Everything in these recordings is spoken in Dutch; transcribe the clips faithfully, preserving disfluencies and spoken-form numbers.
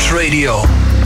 Sports Radio.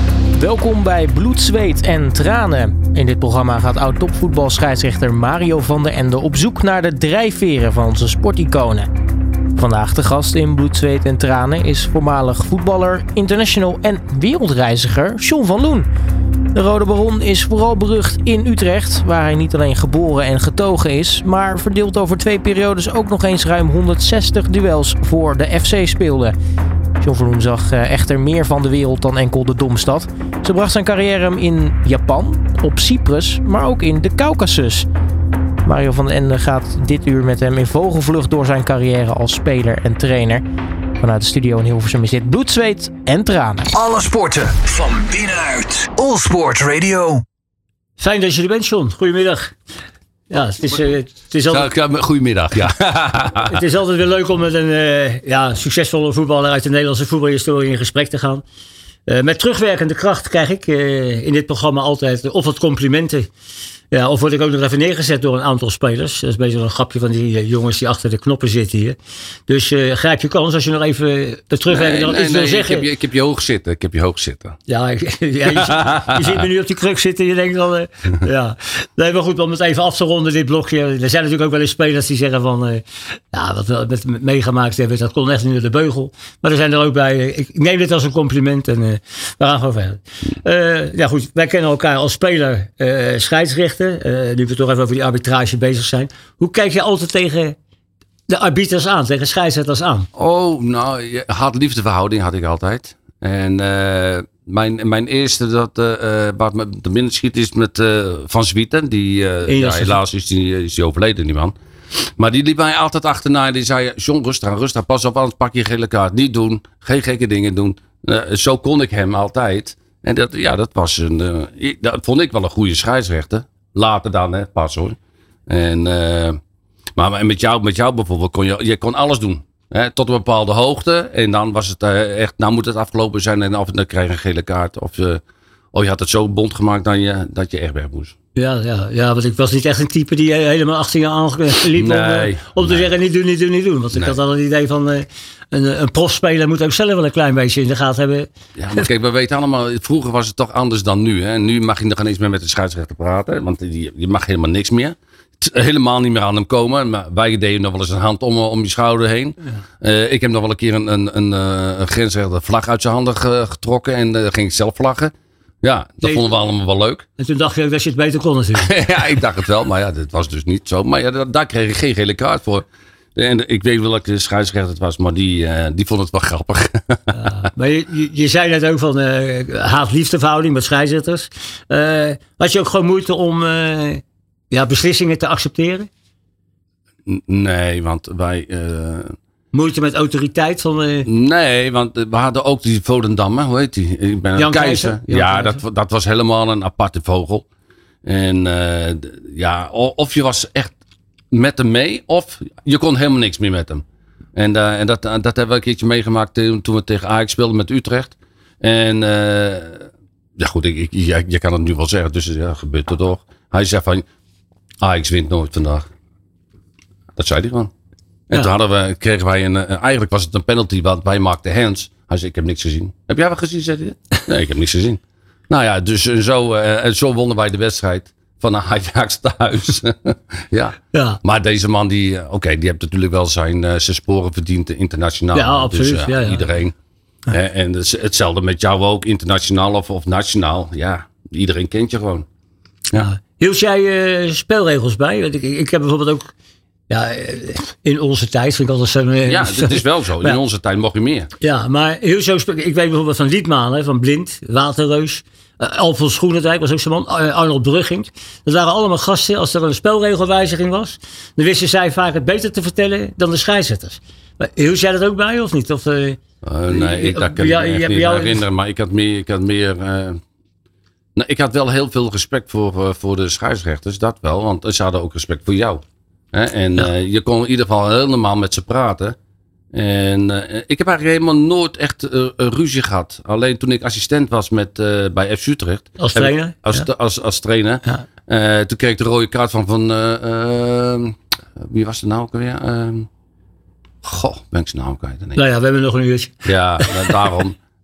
Welkom bij Bloed, Zweet en Tranen. In dit programma gaat oud-topvoetbalscheidsrechter Mario van der Ende op zoek naar de drijfveren van onze sporticonen. Vandaag de gast in Bloed, Zweet en Tranen is voormalig voetballer, international en wereldreiziger John van Loen. De Rode Baron is vooral berucht in Utrecht, waar hij niet alleen geboren en getogen is, maar verdeeld over twee periodes ook nog eens ruim honderdzestig duels voor de F C speelde. John van Loen zag echter meer van de wereld dan enkel de Domstad. Ze bracht zijn carrière in Japan, op Cyprus, maar ook in de Caucasus. Mario van der Ende gaat dit uur met hem in vogelvlucht door zijn carrière als speler en trainer. Vanuit de studio in Hilversum is dit Bloed, Zweet en Tranen. Alle sporten van binnenuit. All Sport Radio. Fijn dat je er bent, John. Goedemiddag. Ja, het is, uh, het is altijd... Ja, goedemiddag, ja. Het is altijd weer leuk om met een uh, ja, succesvolle voetballer uit de Nederlandse voetbalhistorie in gesprek te gaan. Uh, met terugwerkende kracht krijg ik uh, in dit programma altijd of wat complimenten. Ja, of word ik ook nog even neergezet door een aantal spelers. Dat is een beetje een grapje van die uh, jongens die achter de knoppen zitten hier. Dus uh, grijp je kans als je nog even de terugwerkende nee, nee, iets nee, wil nee, zeggen. Ik heb, je, ik heb je hoog zitten, ik heb je hoog zitten. Ja, ja je, je ziet me nu op die kruk zitten. Je denkt dan, uh, ja. Nee, maar goed, om het even af te ronden, dit blokje. Er zijn natuurlijk ook wel eens spelers die zeggen van, uh, ja, wat we met, met meegemaakt hebben, dat kon echt niet naar de beugel. Maar er zijn er ook bij, uh, ik neem dit als een compliment en uh, we gaan gewoon verder. Uh, ja goed, wij kennen elkaar als speler, uh, scheidsrechter. Uh, nu we toch even over die arbitrage bezig zijn. Hoe kijk je altijd tegen de arbiters aan, tegen scheidsrechters aan? Oh, nou, haat-liefdeverhouding had ik altijd. En uh, mijn, mijn eerste dat uh, wat me te binnen schiet is met uh, Van Zwieten. Die, uh, ja, helaas is die, is die overleden, die man. Maar die liep mij altijd achterna en die zei, John, rustig aan, rustig aan, pas op, anders pak je een gele kaart. Niet doen, geen gekke dingen doen. Uh, zo kon ik hem altijd. En dat, ja, dat was een, uh, dat vond ik wel een goede scheidsrechter. Later dan, hè, pas hoor. En, uh, maar met jou, met jou bijvoorbeeld kon je, je kon alles doen. Hè, tot een bepaalde hoogte. En dan was het uh, echt, nou moet het afgelopen zijn. En of dan krijg je een gele kaart. Of uh, oh, je had het zo bond gemaakt dat je, dat je echt weg moest. Ja, ja, ja, want ik was niet echt een type die helemaal achter je aanliep nee, om, om te nee. zeggen niet doen, niet doen, niet doen. Want ik nee. had al het idee van uh, een, een profspeler moet ook zelf wel een klein beetje in de gaten hebben. Ja, maar kijk, we weten allemaal, vroeger was het toch anders dan nu. Hè? Nu mag je nog ineens meer met de scheidsrechter praten, want je, je mag helemaal niks meer. Helemaal niet meer aan hem komen. Maar wij deden nog wel eens een hand om, om je schouder heen. Ja. Uh, ik heb nog wel een keer een, een, een, een grensrechter vlag uit zijn handen getrokken en uh, ging ik zelf vlaggen. Ja, dat nee, vonden we allemaal wel leuk. En toen dacht je ook dat je het beter kon natuurlijk. Ja, ik dacht het wel, maar ja, dat was dus niet zo. Maar ja, daar, daar kreeg ik geen gele kaart voor. En ik weet wel dat de scheidsrechter het was, maar die, uh, die vond het wel grappig. Ja, maar je, je zei net ook van uh, haat-liefdeverhouding met scheidsrechters. Uh, had je ook gewoon moeite om uh, ja, beslissingen te accepteren? Nee, want wij... Uh... Moeite met autoriteit van... Uh... Nee, want we hadden ook die Volendammer, hoe heet die? Ik ben een Jan keizer. Keizer. Jan Ja, Keizer. Dat, dat was helemaal een aparte vogel. En uh, ja, of je was echt met hem mee, of je kon helemaal niks meer met hem. En, uh, en dat, dat hebben we een keertje meegemaakt toen we tegen Ajax speelden met Utrecht. En uh, ja goed, ik, ik, je, je kan het nu wel zeggen, dus ja, gebeurt er toch. Hij zei van, Ajax wint nooit vandaag. Dat zei hij gewoon. En ja. toen hadden we, kregen wij een, eigenlijk was het een penalty, want wij maakten hands. Hij zei, ik heb niks gezien. Heb jij wat gezien, zei hij? Nee, ik heb niks gezien. Nou ja, dus zo, uh, zo wonnen wij de wedstrijd van Ajax thuis. ja. ja. Maar deze man, die, oké, okay, die heeft natuurlijk wel zijn, uh, zijn sporen verdiend internationaal. Ja, absoluut. Dus, uh, ja, ja. Iedereen. Ja. Uh, en hetzelfde met jou ook, internationaal of, of nationaal. Ja, iedereen kent je gewoon. Ja. Hield jij uh, spelregels bij? Ik, ik heb bijvoorbeeld ook... Ja, in onze tijd vind ik altijd zo... Ja, het is wel zo. In ja. onze tijd mocht je meer. Ja, maar heel zo... Ik weet bijvoorbeeld van Liedmanen, van Blind, Waterreus, uh, Alfons Groenendijk was ook zo'n man, uh, Arnold Brugging. Dat waren allemaal gasten. Als er een spelregelwijziging was, dan wisten zij vaak het beter te vertellen dan de scheidsrechters. Maar hield jij dat ook bij of niet? Of, uh, uh, nee, ik, dat kan ik me echt niet jou... herinneren. Maar ik had meer... Ik had meer uh... nou, ik had wel heel veel respect voor, uh, voor de scheidsrechters. Dat wel, want ze hadden ook respect voor jou. He, en ja. uh, je kon in ieder geval helemaal met ze praten. En uh, ik heb eigenlijk helemaal nooit echt uh, ruzie gehad. Alleen toen ik assistent was met, uh, bij F C Utrecht. Als trainer? Ik, als, ja. als, als, als trainer. Ja. Uh, toen kreeg ik de rode kaart van... van uh, uh, wie was het nou ook alweer? Uh, goh, ben ik zijn naam kwijt. Nou ja, we hebben nog een uurtje. Ja, daarom.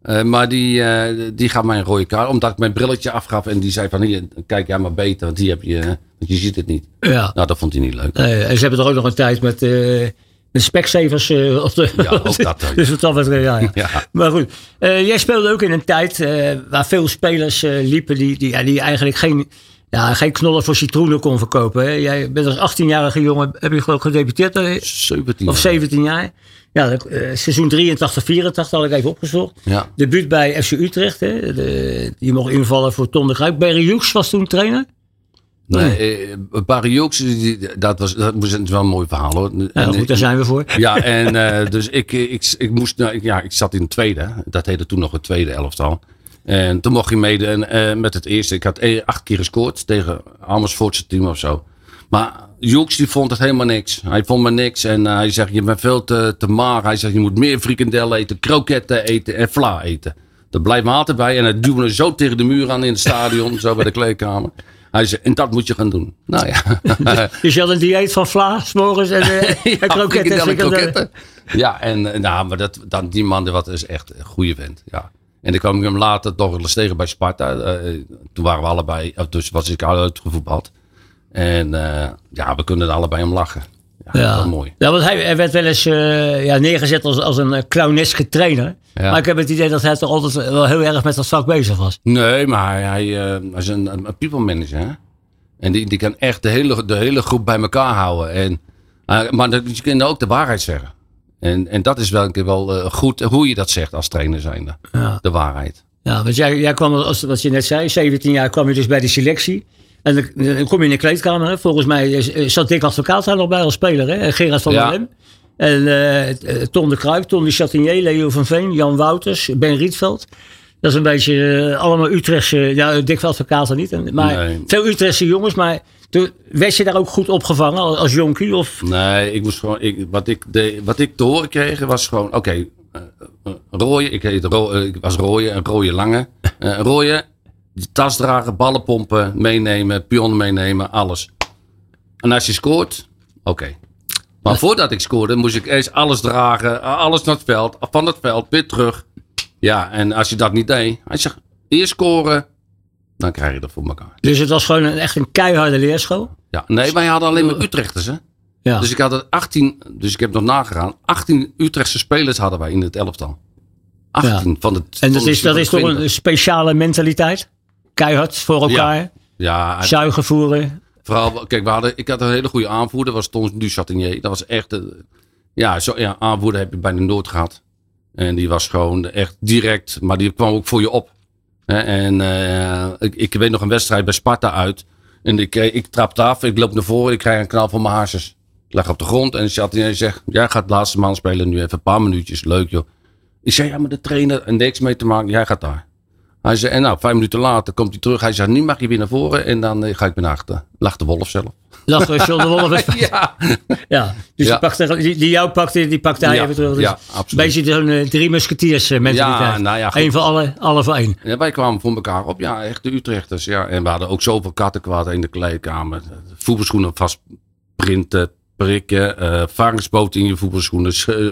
Uh, maar die, uh, die gaf mij een rode kaart. Omdat ik mijn brilletje afgaf. En die zei van hier, kijk jij maar beter. Want die heb je, want je ziet het niet. Ja. Nou, dat vond hij niet leuk. Nee, en ze hebben er ook nog een tijd met, uh, met specsavers uh, op de... Ja, ook dat. Dus wat dat betreft, ja, ja. Ja. Maar goed, uh, jij speelde ook in een tijd uh, waar veel spelers uh, liepen die, die, ja, die eigenlijk geen... Ja, geen knollen voor citroenen kon verkopen. Hè. Jij bent als achttienjarige jongen, heb je geloof ik gedebuteerd? Hè? zeventien. Of zeventien jaar. Ja, uh, seizoen drieëntachtig, vierentachtig had ik even opgezocht. Ja. Debuut bij F C Utrecht. Hè. De, die mocht invallen voor Ton de Kruijf. Barry Hughes was toen trainer. Nee, uh, Barry Hughes, dat was, dat was wel een mooi verhaal hoor. Ja, en, goed, daar zijn we voor. Ja, en uh, dus ik, ik, ik moest, nou, ik, ja, ik zat in het tweede. Dat heette toen nog het tweede elftal. En toen mocht hij meedoen uh, met het eerste. Ik had acht keer gescoord tegen Amersfoortse team of zo. Maar Hughes die vond het helemaal niks. Hij vond me niks. En uh, hij zegt, je bent veel te, te mager. Hij zegt, je moet meer frikandellen eten, kroketten eten en vla eten. Dat blijft me altijd bij. En hij duwde me zo tegen de muur aan in het stadion. Zo bij de kleedkamer. Hij zei, en dat moet je gaan doen. Nou ja. Dus je had een dieet van vla, 's morgens en, uh, ja, en kroketten. En kroketten. Ja, en uh, nou, maar dat, dan, die man dat is echt een goede vent. Ja. En dan kwam ik hem later nog eens tegen bij Sparta. Uh, toen waren we allebei, dus was ik uitgevoetbald. En uh, ja, we kunnen er allebei om lachen. Ja, ja. Dat is mooi. Ja, want hij, hij werd wel eens uh, ja, neergezet als, als een uh, clowneske trainer. Ja. Maar ik heb het idee dat hij toch altijd wel heel erg met dat vak bezig was. Nee, maar hij, hij, uh, hij is een, een people manager. Hè? En die, die kan echt de hele, de hele groep bij elkaar houden. En, uh, maar je kunt ook de waarheid zeggen. En, en dat is wel een keer wel uh, goed hoe je dat zegt als trainer zijnde. Ja. De waarheid. Ja, want jij, jij kwam, als, wat je net zei, zeventien jaar kwam je dus bij de selectie. En dan, dan kom je in de kleedkamer. Hè. Volgens mij zat Dick Advocaat daar nog bij als speler. Hè. Gerard van der Lem. En uh, Ton de Kruijf, Ton de Chatinier, Leo van Veen, Jan Wouters, Ben Rietveld. Dat is een beetje uh, allemaal Utrechtse, ja, Dick Advocaat er niet. Maar nee. Veel Utrechtse jongens, maar toen, werd je daar ook goed opgevangen als, als jonkie? Of? Nee, ik moest gewoon, ik, wat, ik de, wat ik te horen kreeg was gewoon, oké, okay, uh, uh, rooien, ik, heet ro, uh, ik was rooien, een rooie lange. Uh, rooien, tas dragen, ballen pompen, meenemen, pionnen meenemen, alles. En als je scoort, oké. Okay. Maar voordat ik scoorde, moest ik eerst alles dragen, alles naar het veld, van het veld, weer terug. Ja, en als je dat niet deed, hij zegt, eerst scoren, dan krijg je dat voor elkaar. Dus het was gewoon een, echt een keiharde leerschool? Ja, nee, wij hadden alleen maar Utrechters, hè. Ja. Dus ik had er achttien, dus ik heb nog nagegaan, achttien Utrechtse spelers hadden wij in het elftal. achttien ja. van de En dat is, dat is toch een speciale mentaliteit? Keihard voor elkaar? Ja. Ja, zuigen voeren? Vooral, kijk, we hadden, ik had een hele goede aanvoerder, dat was Ton du Chatinier. Dat was echt, uh, ja, zo, ja, aanvoerder heb je bijna nooit gehad. En die was gewoon echt direct, maar die kwam ook voor je op. En uh, ik, ik weet nog een wedstrijd bij Sparta uit. En ik, ik trapte af, ik loop naar voren, ik krijg een knal van mijn haarsjes. Ik lag op de grond en Chatinier zegt, jij gaat de laatste man spelen nu even een paar minuutjes, leuk joh. Ik zei, ja maar de trainer, en niks mee te maken, jij gaat daar. Hij zei, en nou, vijf minuten later komt hij terug. Hij zei, nu mag je weer naar voren en dan uh, ga ik weer naar achter. Lag de Wolf zelf. Lag John de Wolf. Ja. Ja. Dus ja. Die, pakte, die, die jou pakte, die pakte hij ja. even terug. Dus ja, absoluut. Een beetje zo'n uh, drie musketiers uh, mentaliteit. Ja, nou ja, Eén voor alle, alle voor één. Ja, wij kwamen voor elkaar op. Ja, echt de Utrechters. Ja. En we hadden ook zoveel kattenkwaad in de kleedkamer. Voetbalschoenen vastprinten, prikken, uh, varingspoten in je voetbalschoenen.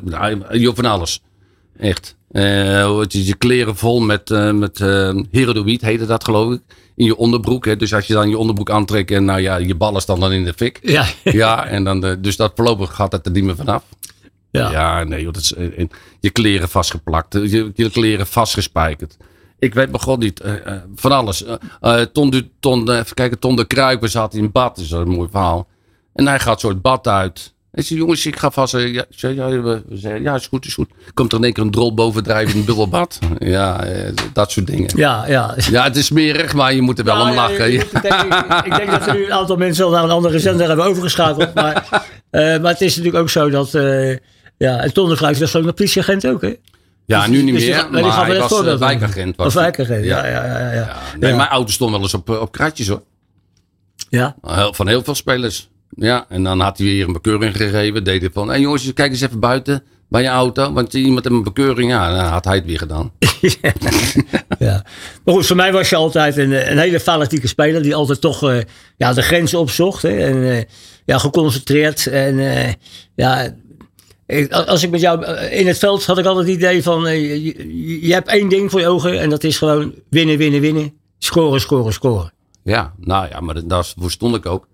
Uh, van alles. Echt. Uh, je kleren vol met, uh, met uh, heroïde, heette dat geloof ik. In je onderbroek. Hè. Dus als je dan je onderbroek aantrekt en nou ja, je ballen staan dan in de fik. Ja. Ja, en dan de, dus dat voorlopig gaat het er niet meer vanaf. Ja. Ja, nee, joh, dat is, uh, je kleren vastgeplakt. Je, je kleren vastgespijkerd. Ik weet maar god niet. Uh, uh, van alles. Uh, uh, ton, de, ton, uh, even kijken, Ton de Kruijper zat in bad. Dat is een mooi verhaal. En hij gaat zo het bad uit. Hij zei, jongens, ik ga vast. Uh, ja, ja, ja, ja, is goed, is goed. Komt er in één keer een drol bovendrijven in een bubbelbad? Ja, uh, dat soort dingen. Ja, ja. Ja, het is smerig, maar je moet er wel ja, om lachen. Ja, denk, ik, ik denk dat er nu een aantal mensen al naar een andere zender hebben overgeschakeld. Maar, uh, maar het is natuurlijk ook zo dat... Uh, ja, en Ton de Kruijf was gewoon een politieagent ook, hè? Ja, dus, nu niet dus meer, die, maar maar hij was uh, wijkagent. Was of wijkagent, ja. Ja, ja, ja, ja. ja nee, ja. Mijn auto stond wel eens op, op kratjes, hoor. Ja? Van heel veel spelers. Ja, en dan had hij weer een bekeuring gegeven. Deed hij van, hé hey jongens, kijk eens even buiten bij je auto. Want iemand heeft een bekeuring. Ja, dan had hij het weer gedaan. Ja. Ja. Maar goed, voor mij was je altijd een, een hele fanatieke speler. Die altijd toch uh, ja, de grenzen opzocht. Hè, en uh, ja, geconcentreerd. En uh, ja, Ik, als ik met jou in het veld had ik altijd het idee van... Uh, je, je hebt één ding voor je ogen en dat is gewoon winnen, winnen, winnen. Scoren, scoren, scoren. Ja, nou ja, maar daarvoor stond ik ook.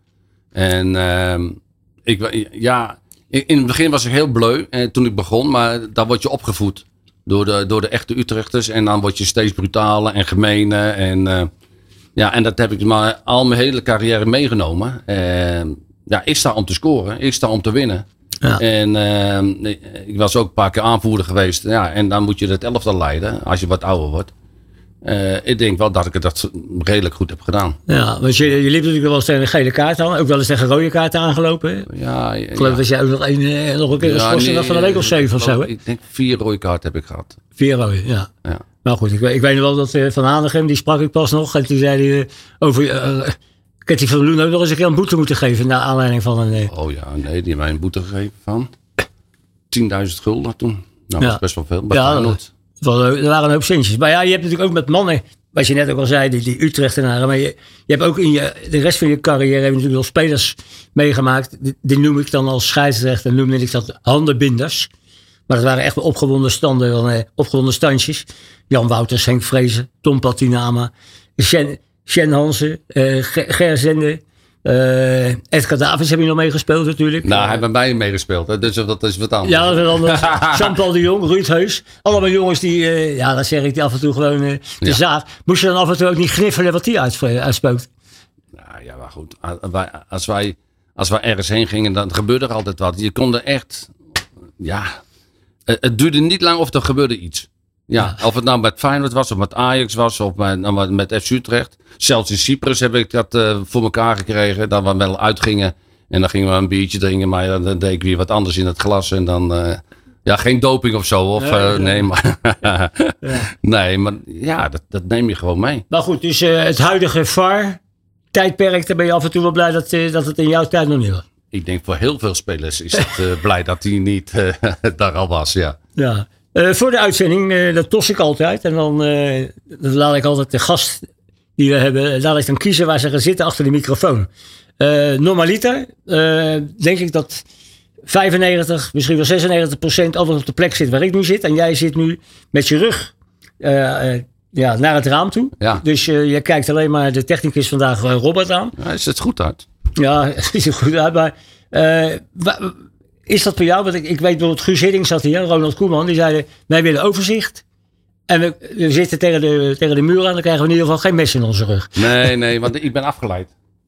En uh, ik, ja, in het begin was ik heel bleu eh, toen ik begon. Maar daar word je opgevoed door de, door de echte Utrechters. En dan word je steeds brutaler en gemener. En, uh, ja, en dat heb ik maar al mijn hele carrière meegenomen. Uh, ja, ik sta om te scoren. Ik sta om te winnen. Ja. En uh, ik was ook een paar keer aanvoerder geweest. Ja, en dan moet je het elftal leiden als je wat ouder wordt. Uh, ik denk wel dat ik het dat redelijk goed heb gedaan. Ja, want je, je liep natuurlijk wel eens tegen een gele kaart aan. Ook wel eens tegen rode kaarten aangelopen. Hè? Ja, ik geloof ja. dat jij ook nog een, uh, nog een keer ja, geschorst nee, was van een week of zeven of zo. Hè? Ik denk vier rode kaarten heb ik gehad. Vier rode, ja. ja. Nou goed, ik, ik weet nog wel dat uh, Van Hanegem, die sprak ik pas nog. En toen zei hij uh, over... Uh, Ketty van Loen ook nog eens een keer een boete moeten geven. Naar aanleiding van een... Uh, oh ja, nee, die heeft mij een boete gegeven van tienduizend gulden toen. Nou, dat ja. was best wel veel. Ja, dat, er waren een hoop centjes. Maar ja, je hebt natuurlijk ook met mannen... Wat je net ook al zei, die, die Utrechtenaren. Maar je, je hebt ook in je, de rest van je carrière heb je natuurlijk wel spelers meegemaakt. Die, die noem ik dan als scheidsrechter, noemde ik dat handenbinders. Maar dat waren echt opgewonden standen, eh, opgewonden standjes. Jan Wouters, Henk Vrezen, Tom Patinama, Sjen, Sjen Hansen, uh, Ger Zende. Uh, Edgar Davids heb je nog meegespeeld natuurlijk. Nou, hij heeft bij mij meegespeeld. Hè? Dus dat is wat anders. Ja, dat is wat anders. Jean-Paul de Jong, Ruud Heus. Allemaal jongens die, uh, ja, dat zeg ik, die af en toe gewoon uh, de ja. zaad. Moest je dan af en toe ook niet gniffelen wat die uitspookt? Nou ja, maar goed. Als wij, als wij ergens heen gingen, dan gebeurde er altijd wat. Je kon er echt, ja, het duurde niet lang of er gebeurde iets. Ja, ja. Of het nou met Feyenoord was, of met Ajax was, of met, met F C Utrecht. Zelfs in Cyprus heb ik dat uh, voor elkaar gekregen. Dat we wel uitgingen en dan gingen we een biertje drinken. Maar dan, dan deed ik weer wat anders in het glas. En dan, uh, ja, geen doping of zo. Of, uh, nee, maar, ja. nee, maar ja, dat, dat neem je gewoon mee. Maar goed, dus uh, het huidige V A R-tijdperk, daar ben je af en toe wel blij dat, uh, dat het in jouw tijd nog niet was. Ik denk voor heel veel spelers is het uh, blij dat hij niet uh, daar al was, ja. Ja. Uh, voor de uitzending, uh, dat tos ik altijd. En dan, uh, dan laat ik altijd de gast die we hebben, laat ik dan kiezen waar ze gaan zitten achter de microfoon. Uh, normaliter uh, denk ik dat vijfennegentig, misschien wel zesennegentig procent altijd op de plek zit waar ik nu zit. En jij zit nu met je rug uh, uh, ja, naar het raam toe. Ja. Dus uh, je kijkt alleen maar de technicus vandaag, uh, Robert, aan. Ja, is het goed uit? Ja, het ziet er goed uit. Maar uh, wa- is dat voor jou? Want ik, ik weet bijvoorbeeld, Guus Hiddink zat hier, Ronald Koeman, die zeiden, wij willen overzicht. En we, we zitten tegen de, tegen de muur aan, dan krijgen we in ieder geval geen mes in onze rug. Nee, nee, want ik ben afgeleid.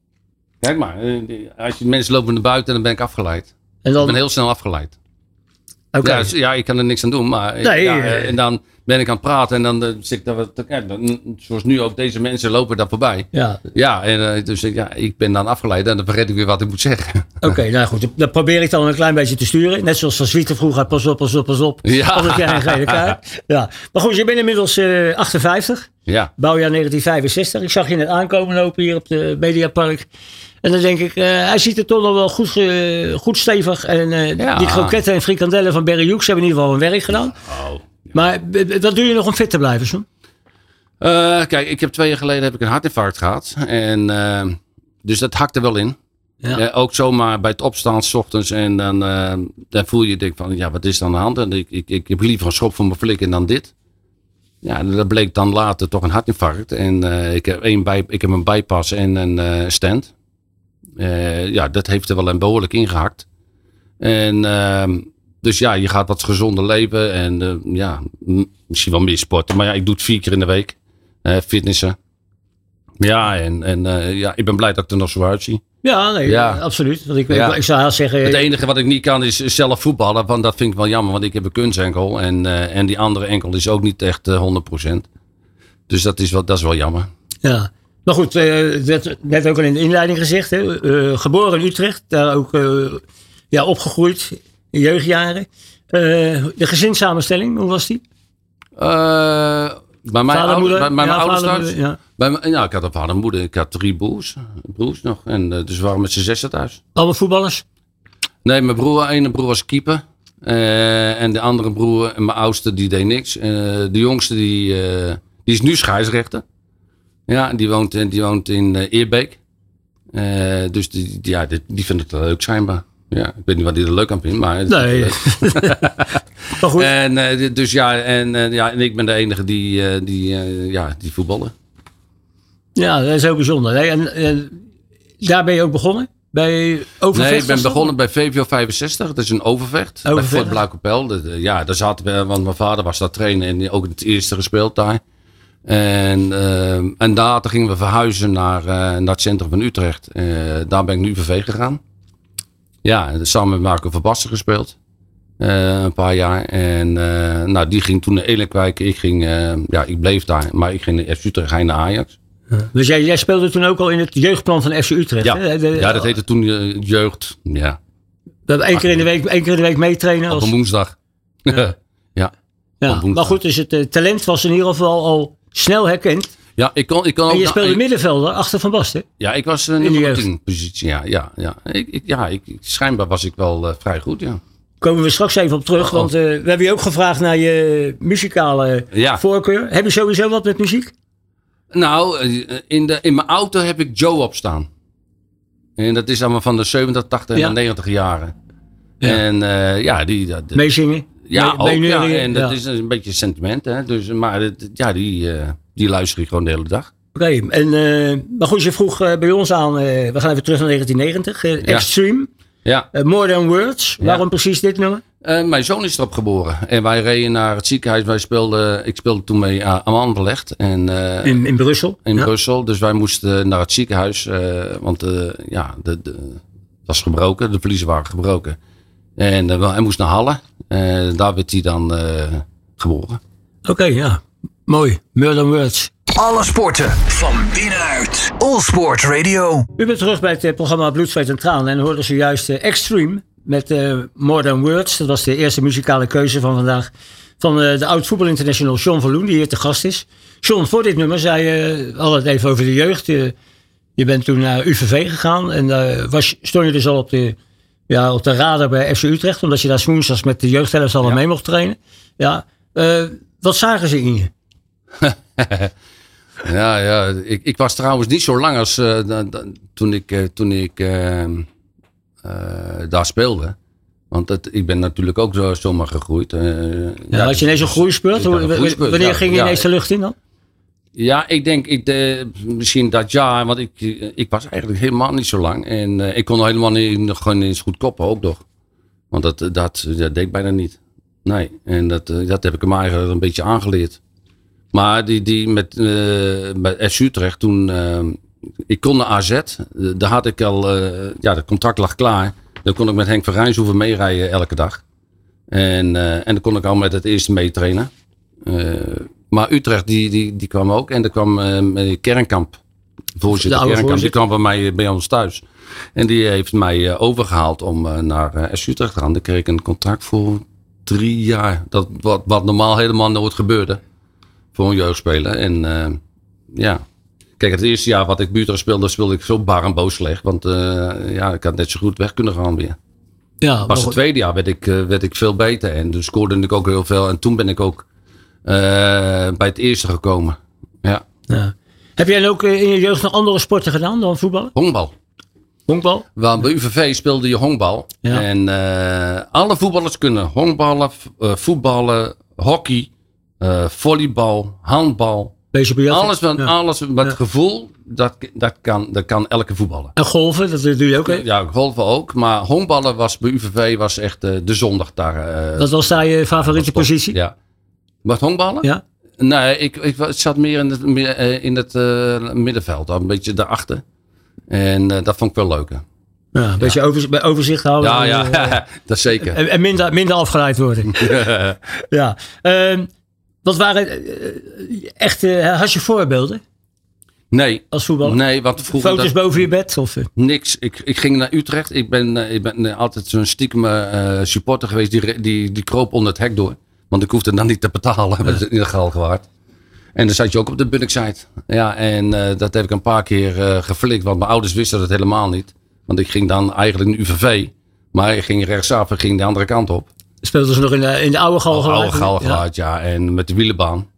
Kijk maar, als je mensen lopen naar buiten, dan ben ik afgeleid. En dan, ik ben heel snel afgeleid. Okay. Ja, dus, ja, ik kan er niks aan doen, maar nee, ja, en dan ben ik aan het praten en dan uh, zit ik daar te kijken. Zoals nu ook, deze mensen lopen daar voorbij. Ja, ja en uh, dus ja, ik ben dan afgeleid en dan vergeet ik weer wat ik moet zeggen. Oké, okay, nou goed, dat probeer ik dan een klein beetje te sturen. Net zoals Van Zwieten vroeger, pas op, pas op, pas op. Ja. Anders krijg je een gele kaart. Ja. Maar goed, je bent inmiddels uh, achtenvijftig. Ja. Bouwjaar negentien vijfenzestig. Ik zag je net aankomen lopen hier op de Mediapark. En dan denk ik, uh, hij ziet er toch nog wel goed, uh, goed stevig. En uh, ja. die kroketten en frikandellen van Barry Hughes hebben in ieder geval hun werk gedaan. Oh, ja. Maar wat doe je nog om fit te blijven, zo? Uh, kijk, ik heb twee jaar geleden heb ik een hartinfarct gehad. En, uh, dus dat hakt er wel in. Ja. Uh, ook zomaar bij het opstaan 's ochtends. En dan, uh, dan voel je denk van, ja, wat is er aan de hand? En ik, ik, ik heb liever een schop voor mijn flikken dan dit. Ja, dat bleek dan later toch een hartinfarct. En uh, ik, heb een bij, ik heb een bypass en een uh, stent. Uh, ja, dat heeft er wel een behoorlijk ingehakt. En uh, dus ja, je gaat wat gezonder leven en uh, ja, misschien wel meer sporten. Maar ja, ik doe het vier keer in de week. Uh, fitnessen. Ja, en, en uh, ja, ik ben blij dat ik er nog zo uitzie. Ja, nee, ja. absoluut. Want ik, ja. ik, ik zou zeggen... Het enige wat ik niet kan is zelf voetballen. Want dat vind ik wel jammer, want ik heb een kunstenkel. En, uh, en die andere enkel is ook niet echt uh, honderd procent. Dus dat is wel, dat is wel jammer. Ja. Maar goed, uh, werd net ook al in de inleiding gezegd. Hè? Uh, geboren in Utrecht, daar ook uh, ja, opgegroeid in jeugdjaren. Uh, de gezinssamenstelling, hoe was die? Uh, bij mijn, vader, oude, bij, bij ja, mijn ouders thuis? Ja. Bij mijn, ja, ik had een vader en moeder. Ik had drie broers, broers nog. En uh, dus we waren met z'n zessen thuis. Allemaal voetballers? Nee, mijn broer, ene broer was keeper. Uh, en de andere broer, en mijn oudste, die deed niks. Uh, de jongste, die, uh, die is nu scheidsrechter. Ja, die woont, die woont in uh, Eerbeek. Uh, dus die, ja, die, die vindt het leuk schijnbaar. Ja, ik weet niet wat hij er leuk aan vindt, maar... Nee. Maar goed. En, uh, dus ja en, uh, ja, en ik ben de enige die, uh, die, uh, ja, die voetballen. Ja, dat is heel bijzonder. Nee, en, en daar ben je ook begonnen? Bij Overvecht? Nee, ik ben begonnen bij V V O vijfenzestig. Dat is een Overvecht. Overvecht. Bij Fort Blauwkapel. Ja, daar zaten we, want mijn vader was daar trainer en ook het eerste gespeeld daar. En, uh, en later gingen we verhuizen naar, uh, naar het centrum van Utrecht. Uh, daar ben ik nu U V V gegaan. Ja, samen met Marco van Basten gespeeld. Uh, een paar jaar. En uh, nou, die ging toen naar Elenkwijk. Ik, ging, uh, ja, ik bleef daar, maar ik ging naar F C Utrecht, hij naar Ajax. Ja. Dus jij, jij speelde toen ook al in het jeugdplan van F C Utrecht? Ja, hè? De, ja dat heette toen uh, jeugd. Ja. Dat één keer in de week, één keer in de week meetrainen? Als... Op een woensdag. Ja. ja. ja. Maar goed, dus het uh, talent was in ieder geval al snel herkend. Ja, ik kon, ik kon en ook... je speelde ik, middenvelder achter Van Basten? Ja, ik was uh, nummer tien positie. Ja, ja, ja. Ik, ik, ja ik, schijnbaar was ik wel uh, vrij goed, ja. Komen we straks even op terug, oh, want uh, we hebben je ook gevraagd naar je muzikale ja. voorkeur. Heb je sowieso wat met muziek? Nou, in, de, in mijn auto heb ik Joe op staan. En dat is allemaal van de zeventig, tachtig ja. en negentig jaren. Ja. En uh, ja, die... Dat, meezingen? Ja, mee, ook, mee ja, en dat ja. is een beetje sentiment. Hè? Dus, maar het, ja, die, uh, die luister ik gewoon de hele dag. Oké, okay, en uh, maar goed, je vroeg uh, bij ons aan, uh, we gaan even terug naar negentien negentig. Uh, ja. Extreme, ja. Uh, More Than Words. Ja. Waarom precies dit nummer? Uh, mijn zoon is erop geboren. En wij reden naar het ziekenhuis. Wij speelden, ik speelde toen mee aan Anderlecht. En, uh, in, in Brussel? In ja. Brussel. Dus wij moesten naar het ziekenhuis. Uh, want uh, ja, de, de, was gebroken. De vliezen waren gebroken. En uh, hij moest naar Halle. Uh, daar werd hij dan uh, geboren. Oké, okay, ja. Mooi. More Than Words. Alle sporten van binnenuit. All Sport Radio. U bent terug bij het uh, programma Bloed, Zweet en Tranen. En hoorden ze juist uh, Extreme met uh, More Than Words. Dat was de eerste muzikale keuze van vandaag. Van uh, de oud voetbalinternational John Verloen, die hier te gast is. John, voor dit nummer zei je, uh, al het even over de jeugd. Uh, je bent toen naar U V V gegaan. En uh, was, stond je dus al op de, ja, op de radar bij F C Utrecht. Omdat je daar 's woensdags met de jeugdhelft al ja. mee mocht trainen. Ja, uh, wat zagen ze in je? ja, ja. Ik, ik was trouwens niet zo lang als uh, da, da, toen ik, uh, toen ik uh, uh, daar speelde. Want het, ik ben natuurlijk ook zo, zomaar gegroeid. Uh, ja, ja, had je ineens een groeispurt? Wanneer ja, ging je ja, ineens de lucht in dan? Ja, ik denk ik de, misschien dat jaar. Want ik, ik was eigenlijk helemaal niet zo lang. En uh, ik kon helemaal niet, gewoon eens goed koppen ook nog. Want dat, dat, dat deed ik bijna niet. Nee, en dat, dat heb ik hem eigenlijk een beetje aangeleerd. Maar die, die met uh, bij F C Utrecht toen, uh, ik kon naar A Z, uh, daar had ik al, uh, ja, het contract lag klaar. Dan kon ik met Henk van Rijnshoeven meerijden elke dag. En, uh, en dan kon ik al met het eerste meetrainen. Uh, maar Utrecht die, die, die kwam ook en er kwam uh, Kernkamp, voorzitter Kernkamp, voorzitter. Die kwam bij mij bij ons thuis. En die heeft mij uh, overgehaald om uh, naar uh, F C Utrecht te gaan. Dan kreeg ik een contract voor drie jaar, dat, wat, wat normaal helemaal nooit gebeurde. Voor een jeugdspeler. En uh, ja. Kijk, het eerste jaar wat ik buurtrecht speelde, speelde ik zo bar en boos slecht. Want uh, ja, ik had net zo goed weg kunnen gaan weer. Ja, pas het tweede jaar werd ik, uh, werd ik veel beter. En toen scoorde ik ook heel veel. En toen ben ik ook uh, bij het eerste gekomen. Ja. Ja. Heb jij ook in je jeugd nog andere sporten gedaan dan voetballen? Honkbal. Honkbal? Want bij U V V speelde je honkbal. Ja. En uh, alle voetballers kunnen honkballen, uh, voetballen, hockey. Uh, volleybal, handbal, alles wat, ja. alles met ja. gevoel, dat, dat, kan, dat kan elke voetballer. En golven, dat doe je ook, hè? Ja, golven ook. Maar honkballen was bij U V V was echt uh, de zondag daar. Uh, dat was daar je favoriete positie? Ja. Wat, honkballen? Ja. Nee, ik, ik zat meer in het, meer, uh, in het uh, middenveld, een beetje daarachter. En uh, dat vond ik wel leuk. Hè. Ja, een beetje ja. over, overzicht houden. Ja, ja, en, uh, dat zeker. En, en minder, minder afgeleid worden. ja. Uh, Wat waren uh, echt, uh, had je voorbeelden? Nee. Als voetballer? Nee, want vroeger... Foto's dat, boven je bed? Of? Niks. Ik, ik ging naar Utrecht. Ik ben, uh, ik ben uh, altijd zo'n stiekem uh, supporter geweest. Die, die, die kroop onder het hek door. Want ik hoefde dan niet te betalen. Ja. Met het illegaal gewaard. En dan zat je ook op de Bunnickside. Ja, en uh, dat heb ik een paar keer uh, geflikt. Want mijn ouders wisten dat helemaal niet. Want ik ging dan eigenlijk naar U V V. Maar ik ging rechtsaf en ging de andere kant op. Speelden ze nog in de, in de oude Galgenwaard? Oude Galgenwaard, ja. ja. En met de wielenbaan.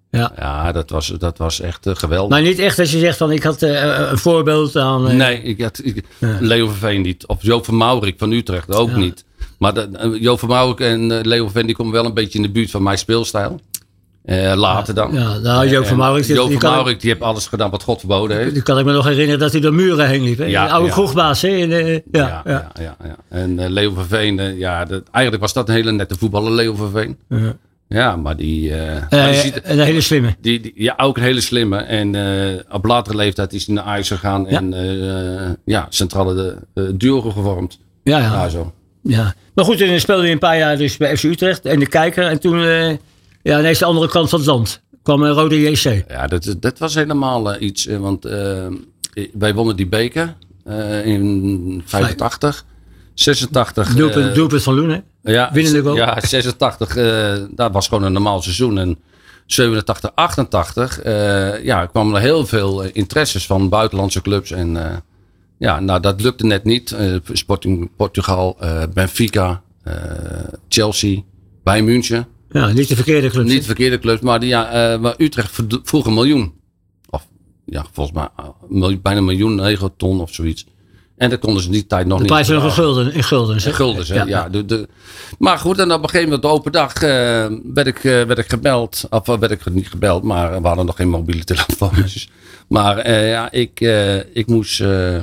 Ja. Ja, dat was, dat was echt uh, geweldig. Maar niet echt als je zegt van ik had uh, een voorbeeld aan... Uh, nee, ik had, ik, ja. Leo Verveen niet. Of Jo van Maurik van Utrecht ook ja. niet. Maar de, uh, Jo van Maurik en uh, Leo Verveen die komen wel een beetje in de buurt van mijn speelstijl. Uh, later dan. Ja, nou, Jo van Maurik... Jo van Maurik die heeft alles gedaan wat God verboden heeft. Die kan ik me nog herinneren dat hij door muren heen liep. Hè? Ja, de oude ja. kroegbaas. Hè? In de, ja, ja, ja. ja, ja, ja. En uh, Leo Verveen, uh, ja, dat, eigenlijk was dat een hele nette voetballer, Leo Verveen. Uh-huh. Ja, maar die... Uh, uh, maar die ziet, een hele slimme. Die, die, ja, ook een hele slimme. En uh, op latere leeftijd is hij naar Ajax gegaan. Ja. En uh, ja, centrale uh, duo gevormd. Ja, ja. ja, zo. Ja. Maar goed, dan speelde hij een paar jaar dus bij F C Utrecht en de Kijker. En toen, uh, ja, ineens de andere kant van het land kwam uh, Rode J C. Ja, dat, dat was helemaal uh, iets. Uh, want uh, wij wonnen die beker uh, in vijfentachtig. zesentachtig. Doelpunt, uh, doelpunt van Loen, hè? Ja, winnende goal. Ja, zesentachtig. Uh, dat was gewoon een normaal seizoen. En zevenentachtig, achtentachtig. Uh, ja, kwamen er heel veel interesses van buitenlandse clubs. En uh, ja, nou, dat lukte net niet. Uh, Sporting Portugal, uh, Benfica, uh, Chelsea, Bayern München. Ja, niet de verkeerde clubs. Niet de verkeerde clubs, maar, die, ja, uh, maar Utrecht vroeg een miljoen. Of ja, volgens mij uh, bijna een miljoen, negen ton of zoiets. En dat konden ze die tijd nog de niet. De prijs nog in gulden. In gulden, in gulden, ja. ja de, de, maar goed, en op een gegeven moment, de open dag, uh, werd, ik, uh, werd ik gebeld. Of werd ik niet gebeld, maar we hadden nog geen mobiele telefoons. maar uh, ja, ik, uh, ik, moest, uh,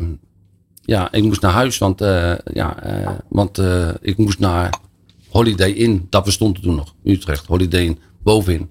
ja, ik moest naar huis, want, uh, ja, uh, want uh, ik moest naar Holiday Inn. Dat bestond toen nog, Utrecht, Holiday Inn, bovenin.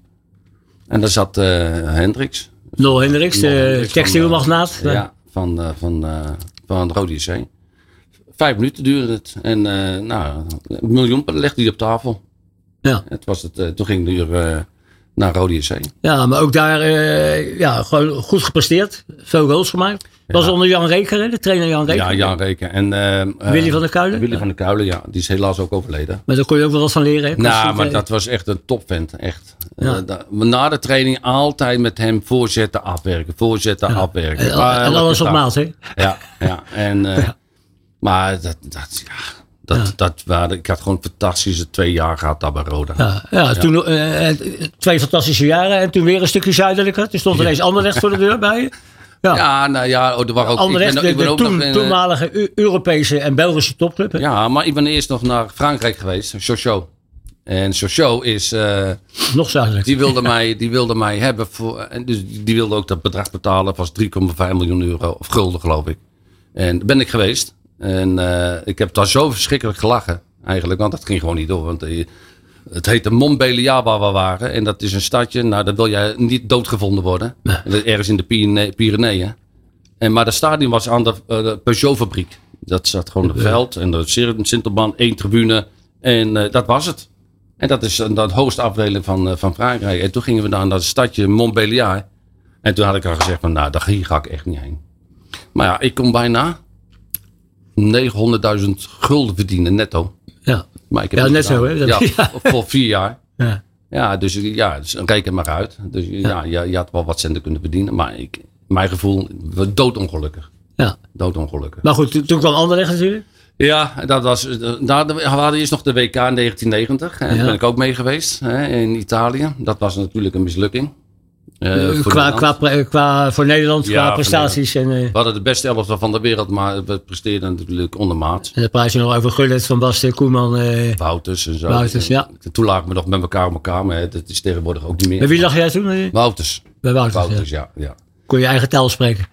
En daar zat uh, Hendricks. Nol Hendricks, de textielmagnaat. Uh, ja, van... Uh, van uh, van Rode J C. Vijf minuten duurde het. En uh, nou, een miljoen legde hij op tafel. Ja. Het was het, uh, toen ging hij uh, naar Rode J C. Ja, maar ook daar uh, ja, gewoon goed gepresteerd. Veel goals gemaakt. Ja. Was onder Jan Reker, hè? De trainer Jan Reker. Ja, Jan Reker. En, uh, Willy van der Kuilen? Willy van der Kuilen, ja. Die is helaas ook overleden. Maar daar kon je ook wel wat van leren, hè? Nou, maar dat was echt een topvent. Echt. Ja. Uh, da, na de training altijd met hem voorzetten, afwerken. Voorzetten, ja. afwerken. En, uh, en alles op maat, hè? Ja, ja. En, uh, ja. Maar dat, dat, ja, dat, ja. dat waren, ik had gewoon fantastische twee jaar gehad daar bij Roda. Ja, ja, ja. Toen, uh, twee fantastische jaren en toen weer een stukje zuidelijker. Er stond ineens Anderlecht voor de deur bij je. Ja. ja, nou ja, er waren ook... Anderlecht, ik ben, de, ik ben de ook toen, nog in, toenmalige uh, Europese en Belgische topclub. Hè? Ja, maar ik ben eerst nog naar Frankrijk geweest, Sochaux. En Sochaux is... Uh, nog zuidelijk. Die wilde, mij, die wilde mij hebben voor... En dus die wilde ook dat bedrag betalen. Dat was drie komma vijf miljoen euro, of gulden geloof ik. En daar ben ik geweest. En uh, ik heb daar zo verschrikkelijk gelachen eigenlijk, want dat ging gewoon niet door. Want uh, het heette Montbéliard waar we waren. En dat is een stadje, nou daar wil jij niet doodgevonden worden. Nee. Ergens in de Pyrenee, Pyreneeën. En, maar dat stadion was aan de, uh, de Peugeot fabriek. Dat zat gewoon op het veld. En de Sintelbaan, één tribune. En uh, dat was het. En dat is uh, de hoogste afdeling van, uh, van Frankrijk. En toen gingen we naar dat stadje Montbéliard. En toen had ik al gezegd van nou, daar hier ga ik echt niet heen. Maar ja, ik kom bijna negenhonderdduizend gulden verdienen netto. Ja, maar ik heb ja net zo hè? Ja, ja, voor vier jaar. Ja, ja dus, ja, dus reken maar uit. Dus ja, ja je, je had wel wat centen kunnen verdienen. Maar ik, mijn gevoel, we doodongelukkig. Ja. Doodongelukkig. Maar goed, toen kwam Anderlecht natuurlijk. Ja, dat was, daar, we hadden eerst nog de W K in negentien negentig. En ja. Daar ben ik ook mee geweest hè, in Italië. Dat was natuurlijk een mislukking. Uh, qua, qua, qua voor Nederland, ja, qua prestaties. Nederland. En, uh, we hadden de beste elftal van de wereld, maar we presteerden natuurlijk ondermaat. En dan praat je nog over Gullit, Van Basten, Koeman. Uh, Wouters en zo. Wouters, ja. Toen lagen we nog met elkaar op elkaar, maar dat is tegenwoordig ook niet meer. Bij wie lag jij toen? Uh? Wouters. Bij Wouters, Wouters ja. ja, ja. Kon je eigen taal spreken?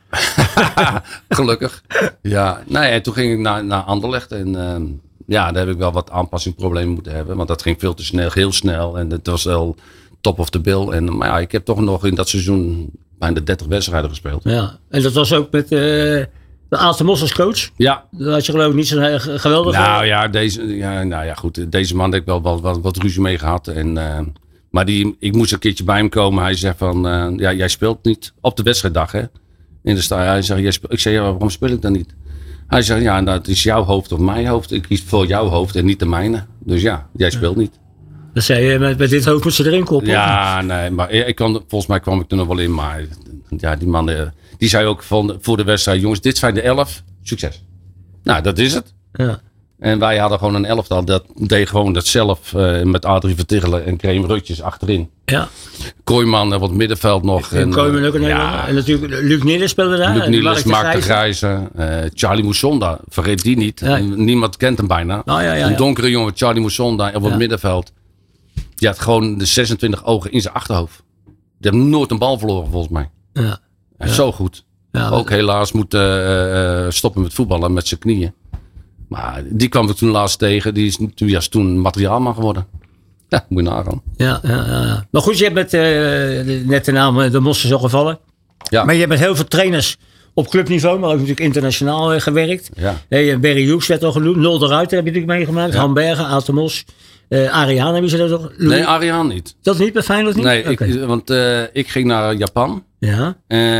Gelukkig. Ja, nee, en toen ging ik naar, naar Anderlecht en uh, ja, daar heb ik wel wat aanpassingsproblemen moeten hebben, want dat ging veel te snel, heel snel en het was wel top of the bill. En, maar ja, ik heb toch nog in dat seizoen bijna dertig wedstrijden gespeeld. Ja, en dat was ook met uh, de Aalten Mos als coach? Ja. Dat had je geloof ik niet zo'n geweldige... Nou ja, deze, ja, nou ja, goed, deze man heb ik wel wat, wat, wat ruzie mee gehad. En, uh, maar die, ik moest een keertje bij hem komen. Hij zegt van, uh, ja, jij speelt niet op de wedstrijddag, hè? In de sta. Hij zegt, jij speelt, ik zeg, ja, waarom speel ik dan niet? Hij zegt, ja, dat is jouw hoofd of mijn hoofd. Ik kies voor jouw hoofd en niet de mijne. Dus ja, jij speelt niet. Dan zei je, met, met dit hoofd moet ze erin koppelen. Ja, nee, maar ik kan, volgens mij kwam ik er nog wel in. Maar ja, die man, die zei ook van, voor de wedstrijd, jongens, dit zijn de elf. Succes. Nou, dat is het. Ja. En wij hadden gewoon een elftal. Dat deed gewoon dat zelf. Uh, met Adrie Vertigelen en Kreem Rutjes achterin. Ja. Kooijman op het middenveld nog. En, Kooijman ook een ja. En natuurlijk Luc Niels speelde daar. Luc Niels, Mark de Grijze. Uh, Charlie Moussonda. Vergeet die niet. Ja. Niemand kent hem bijna. Oh, ja, ja, ja. Een donkere jongen, Charlie Moussonda op het ja. middenveld. Die had gewoon de zesentwintig ogen in zijn achterhoofd. Die heeft nooit een bal verloren volgens mij. Ja. Ja. Zo goed. Ja, ook helaas moeten uh, stoppen met voetballen met zijn knieën. Maar die kwam ik toen laatst tegen. Die is, die is toen materiaalman geworden. Ja, moet je nagaan. Ja, ja, ja. Maar goed, je hebt met uh, net de naam De Mossen al gevallen. Ja. Maar je hebt met heel veel trainers op clubniveau, maar ook natuurlijk internationaal uh, gewerkt. Ja. Hey, Barry Hughes werd al genoemd. Nol de Ruiter heb je natuurlijk meegemaakt. Ja. Han Bergen, Aad Mos. Uh, Ariaan hebben ze dat nog? Nee, Ariaan niet. Dat niet bij Feyenoord niet? Nee, okay. ik, want uh, ik ging naar Japan. Ja.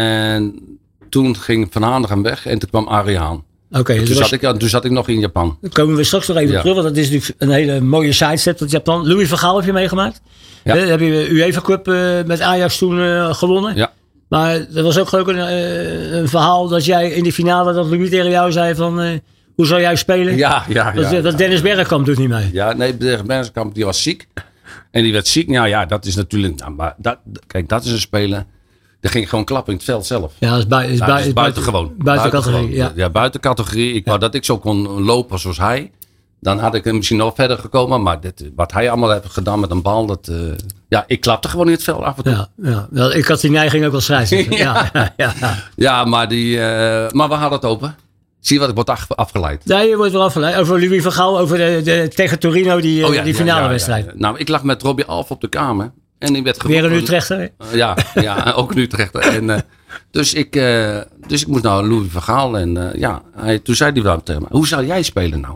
En toen ging Van Hanegem weg en toen kwam Ariaan. Okay, toen, dus zat ik, toen zat ik nog in Japan. Dan komen we straks nog even ja. terug, want dat is natuurlijk een hele mooie sidestep tot Japan. Louis van Gaal heb je meegemaakt. Ja. Uh, heb je UEFA Cup uh, met Ajax toen uh, gewonnen. Ja. Maar er was ook geloof ik een, uh, een verhaal dat jij in de finale, dat Louis tegen jou zei van... Uh, hoe zou jij spelen? Ja, ja, ja. Dat, dat Dennis Bergkamp doet niet mee. Ja, nee, Dennis Bergkamp die was ziek. En die werd ziek. Nou ja, dat is natuurlijk... Nou, maar dat, kijk, dat is een speler... Er ging gewoon klappen in het veld zelf. Ja, dat is, bui, is, nou, bui, is buitengewoon. Buiten, buiten categorie, ja. Ja, buiten categorie. Ik ja. wou dat ik zo kon lopen zoals hij. Dan had ik misschien nog verder gekomen. Maar dit, wat hij allemaal heeft gedaan met een bal. Dat, uh, ja, ik klapte gewoon in het veld af en toe. Ja, ja. Wel, ik had die neiging ook wel schrijven. ja. Ja, ja, ja. ja, maar, die, uh, maar we hadden het open. Zie je wat ik word af, afgeleid? Nee, je wordt wel afgeleid. Over Louis van Gaal, over de, de, tegen Torino, die, oh, ja, die finale ja, ja, wedstrijd. Ja, ja. Nou, ik lag met Robbie Alf op de kamer. En die werd weer een Utrechter? Uh, ja, ja, ook een Utrechter. En, uh, dus, ik, uh, dus ik moest naar Louis van Gaal. En uh, ja, hij, toen zei hij wel tegen me, hoe zou jij spelen nou?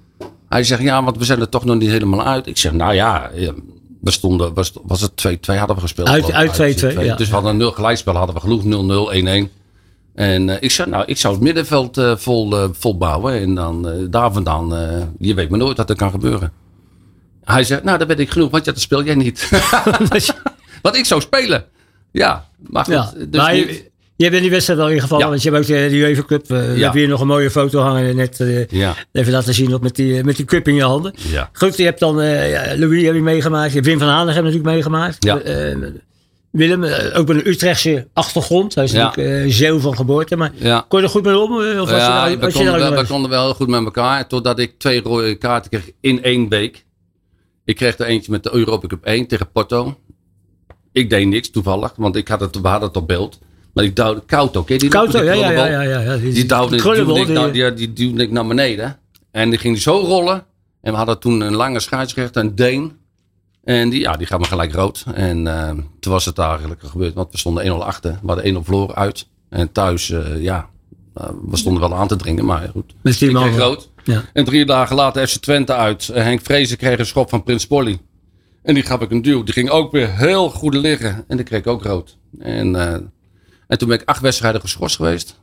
Hij zegt, ja, want we zijn er toch nog niet helemaal uit. Ik zeg, nou ja, we stonden, was, was het twee twee hadden we gespeeld. Uit twee twee, ja. Dus we hadden een nul gelijkspel, hadden we genoeg, nul nul, één één. En uh, ik zei, nou, ik zou het middenveld uh, vol, uh, vol bouwen. En dan uh, daar vandaan, uh, je weet maar nooit wat er kan gebeuren. Hij zegt, nou, dat weet ik genoeg, want ja, dat speel jij niet. Want ik zou spelen. Ja, maar goed. Ja, dus maar niet. je, je hebt in die wedstrijd al ingevallen, ja. Want je hebt ook de, de UEFA Cup. Uh, ja. Heb je hier nog een mooie foto hangen. Net uh, ja. even laten zien op met, die, met die cup in je handen. Ja. Goed, je hebt dan uh, Louis heb je meegemaakt. Je hebt Wim van Hanegem natuurlijk meegemaakt. Ja. Uh, Willem, uh, ook met een Utrechtse achtergrond. Hij is ja. natuurlijk uh, Zeeuw van geboorte. Maar ja. kon je er goed mee om? Of was ja, je, was we, konden je wel, we konden wel heel goed met elkaar. Totdat ik twee rode kaarten kreeg in één week. Ik kreeg er eentje met de Europa Cup één tegen Porto. Ik deed niks toevallig, want ik had het, we hadden het op beeld. Maar ik duwde koud ook. Hè? Die Kouto, ja, ja, ja, ja, ja, ja. Die, die duwde, die, duwde ik, nou, die, die duwde ik naar beneden. En die ging zo rollen. En we hadden toen een lange scheidsrechter, een Deen. En die, ja, die gaf me gelijk rood. En uh, toen was het eigenlijk gebeurd, want we stonden één nul achter. We hadden één nul verloren uit. En thuis, uh, ja, uh, we stonden wel aan te dringen, maar goed. Met die ik man kreeg rood. Ja. En drie dagen later F C Twente uit. Uh, Henk Vrezen kreeg een schop van Prins Polly. En die gaf ik een duw. Die ging ook weer heel goed liggen. En die kreeg ik ook rood. En, uh, en toen ben ik acht wedstrijden geschorst geweest.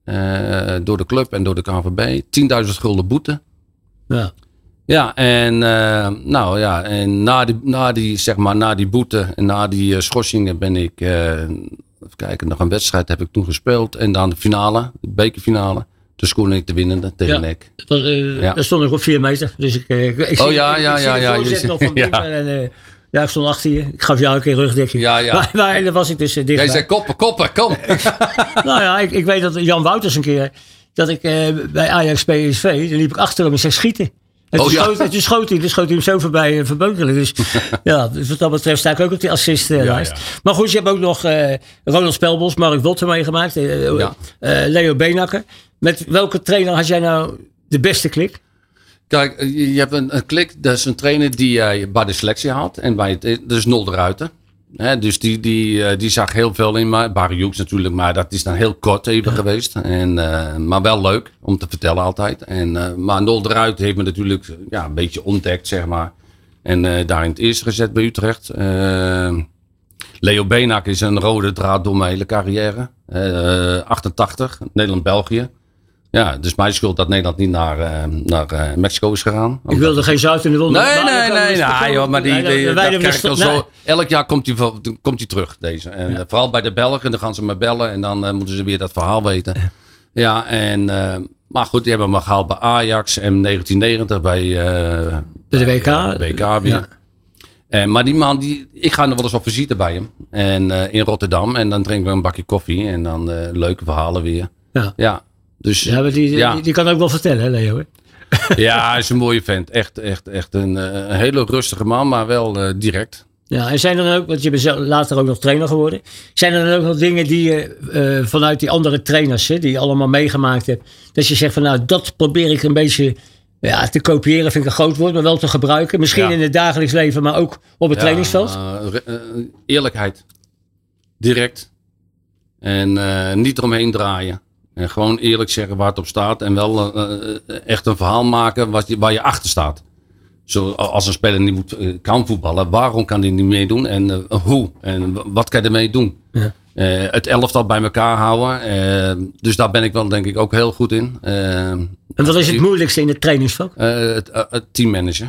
Uh, door de club en door de K N V B. tienduizend gulden boete. Ja. Ja, en uh, nou ja, en na die, na die, zeg maar, na die boete en na die uh, schorsingen ben ik, uh, even kijken, nog een wedstrijd heb ik toen gespeeld. En dan de finale, de bekerfinale. Toen scoorde ik de winnende tegen ja, N E C. Dat was, uh, ja. Daar stond ik op vier meter. Dus ik, uh, ik oh zie, ja, ik, ja, ik ja, zie ja. de voorzet ja, nog van ja. en uh, ja, ik stond achter je. Ik gaf jou een keer rugdekking. Ja, ja. Maar, maar daar was ik dus uh, dichtbij. Jij zei koppen, koppen, kom. Nou ja, ik, ik weet dat Jan Wouters een keer, dat ik uh, bij Ajax P S V, dan liep ik achter hem en zei schieten. En toen, oh, schoot, ja. en toen schoot hij, toen schoot hij hem zo voorbij uh, Verbeukelen. Dus ja, dus wat dat betreft sta ik ook op die assistlijst. Uh, ja, ja. Maar goed, je hebt ook nog uh, Ronald Spelbos, Mark Botte meegemaakt. Uh, ja. uh, Leo Beenhakker. Met welke trainer had jij nou de beste klik? Kijk, je hebt een, een klik, dat is een trainer die jij uh, bij de selectie haalt. En bij het, dat is Nol de Ruiter. He, dus die, die, uh, die zag heel veel in mij. Barry Hughes natuurlijk, maar dat is dan heel kort even ja. geweest. En, uh, maar wel leuk om te vertellen altijd. En, uh, maar Nol de Ruiter heeft me natuurlijk ja, een beetje ontdekt, zeg maar. En uh, daar in het eerste gezet bij Utrecht. Uh, Leo Beenhakker is een rode draad door mijn hele carrière. Uh, achtentachtig, Nederland-België. Ja, dus mijn schuld dat Nederland niet naar, uh, naar uh, Mexico is gegaan. Ik wilde geen zout in de ronde. Nee, nee, nee. nee joh, maar die, die, die, dat krijg ik al zo. Elk jaar komt hij komt hij terug, deze. En ja. uh, vooral bij de Belgen, dan gaan ze me bellen en dan uh, moeten ze weer dat verhaal weten. Ja, en, uh, Maar goed, die hebben me gehaald bij Ajax en negentien negentig bij uh, de W K. Uh, W K weer. Ja. Uh, maar die man, die, ik ga nog wel eens op visite bij hem. En, uh, in Rotterdam. En dan drinken we een bakje koffie. En dan uh, leuke verhalen weer. Ja. Ja, dus, ja, maar die, ja. Die, die kan ook wel vertellen, hè, Leo? Hè? Ja, hij is een mooie vent. Echt, echt, echt een, een hele rustige man, maar wel uh, direct. Ja, en zijn er dan ook, want je bent later ook nog trainer geworden. Zijn er dan ook nog dingen die je uh, vanuit die andere trainers, hè, die je allemaal meegemaakt hebt, dat je zegt van nou, dat probeer ik een beetje ja, te kopiëren, vind ik een groot woord, maar wel te gebruiken. Misschien ja. in het dagelijks leven, maar ook op het ja, trainingsveld. Uh, uh, eerlijkheid. Direct. En uh, niet eromheen draaien. En gewoon eerlijk zeggen waar het op staat. En wel uh, uh, echt een verhaal maken wat je, waar je achter staat. Zo, als een speler niet moet, kan voetballen, waarom kan hij niet meedoen en uh, hoe? En wat kan je ermee doen? Ja. Uh, het elftal bij elkaar houden. Uh, dus daar ben ik wel denk ik ook heel goed in. Uh, en wat is het moeilijkste in het trainingsvak? Uh, het, uh, het teammanagen.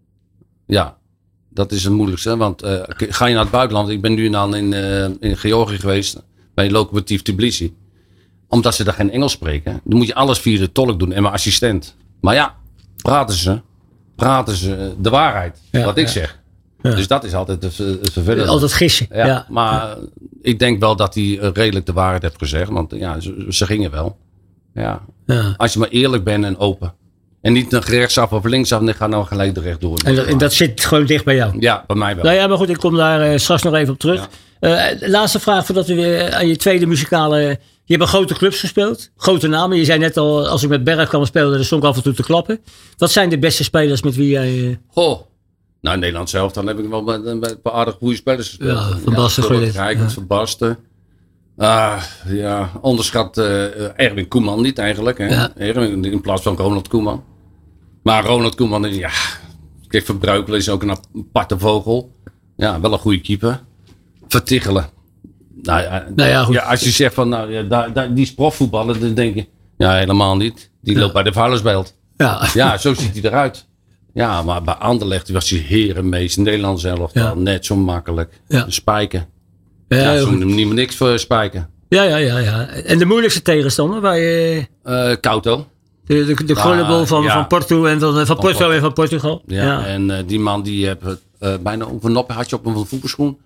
Ja, dat is het moeilijkste. Want uh, ga je naar het buitenland. Ik ben nu dan in, uh, in Georgië geweest. Bij Lokomotiv Tbilisi. Omdat ze daar geen Engels spreken. Dan moet je alles via de tolk doen. En mijn assistent. Maar ja, praten ze. Praten ze de waarheid. Ja, wat ik ja. zeg. Ja. Dus dat is altijd het vervelende. Altijd gissen. Ja, ja. Maar ja. ik denk wel dat hij redelijk de waarheid heeft gezegd. Want ja, ze, ze gingen wel. Ja. Ja. Als je maar eerlijk bent en open. En niet een rechtsaf of linksaf. En ga nou gelijk de rechtdoor. En dat, en dat zit gewoon dicht bij jou? Ja, bij mij wel. Nou ja, maar goed. Ik kom daar uh, straks nog even op terug. Ja. Uh, laatste vraag voordat we weer aan je tweede muzikale... Je hebt een grote clubs gespeeld. Grote namen. Je zei net al, als ik met Berg kwam spelen, dan stond ik af en toe te klappen. Wat zijn de beste spelers met wie jij... Uh... Goh. Nou, in Nederland zelf, dan heb ik wel met, met een paar aardig goede spelers gespeeld. Ja, Van Basten. Ja, Rijkens, ja. Van Basten. Uh, ja, onderschat uh, Erwin Koeman niet eigenlijk. Hè? Ja. Erwin in plaats van Ronald Koeman. Maar Ronald Koeman, ja. Kijk, Van Breukelen is ook een aparte vogel. Ja, wel een goede keeper. Vertichelen. Nou ja, nou ja, goed. Ja, als je zegt van nou, ja, daar, daar, die is profvoetballer, dan denk je, ja, helemaal niet. Die ja. loopt bij de vuilnisbelt. Ja. ja, zo ziet hij eruit. Ja, maar bij Anderlecht was hij herenmeester. Nederland zelf ja. net zo makkelijk. Ja. Spijken. Ja, ja, zo niet meer niks voor spijken. Ja, ja, ja, ja. En de moeilijkste tegenstander waar je... Uh, Couto. De, de, de uh, van, ja. van Porto en van, van, van Porto Porto. en van Portugal. Ja, ja. En uh, die man die heeft uh, bijna overnoppen. Had je op een voetbalschoen.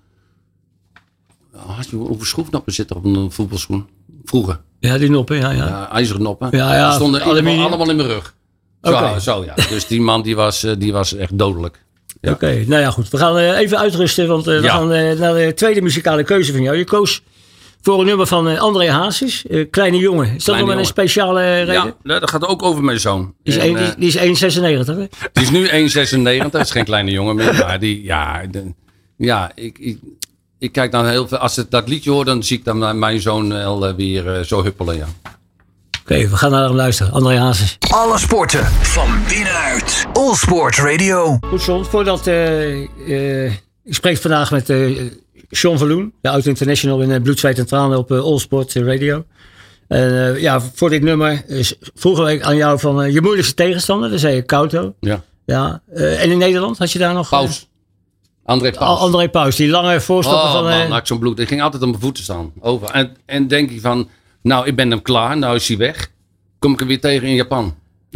Had je hoeveel schroefnoppen zitten op een voetbalschoen? Vroeger. Ja, die noppen, ja. ja. ja ijzeren noppen. Ja, ja. Die stonden allemaal, allemaal in mijn rug. Zo, okay. zo ja. Dus die man die was, die was echt dodelijk. Ja. Oké, okay. Nou ja goed. We gaan uh, even uitrusten, want uh, we ja. gaan uh, naar de tweede muzikale keuze van jou. Je koos voor een nummer van uh, André Hazes, uh, Kleine Jongen. Is dat nog een speciale uh, reden? Ja, dat gaat ook over mijn zoon. Die is, en, een, die, die is één komma zesennegentig, hè? Die is nu één komma zesennegentig, dat is geen kleine jongen meer. Maar die, ja, de, ja ik... ik Ik kijk dan heel veel. Als ik dat liedje hoor, dan zie ik dan mijn zoon wel weer uh, zo huppelen. Ja. Oké, okay, we gaan naar hem luisteren. André Hazes. Alle sporten van binnenuit. All Sport Radio. Goed, John. Voordat uh, uh, ik spreek vandaag met uh, John Verloen, de oud-international in uh, Bloed, Zweet en Tranen op uh, All Sport Radio. Uh, ja, voor dit nummer uh, vroegen we aan jou van uh, je moeilijkste tegenstander. Dan zei je Couto. Ja. Ja. Uh, en in Nederland had je daar nog... Paus. Uh, André Paus. André Paus, die lange voorstappen oh, van... man, uh... had ik zo'n bloed. Ik ging altijd op mijn voeten staan. Over. En, en denk ik van, nou, ik ben hem klaar. Nou is hij weg. Kom ik hem weer tegen in Japan.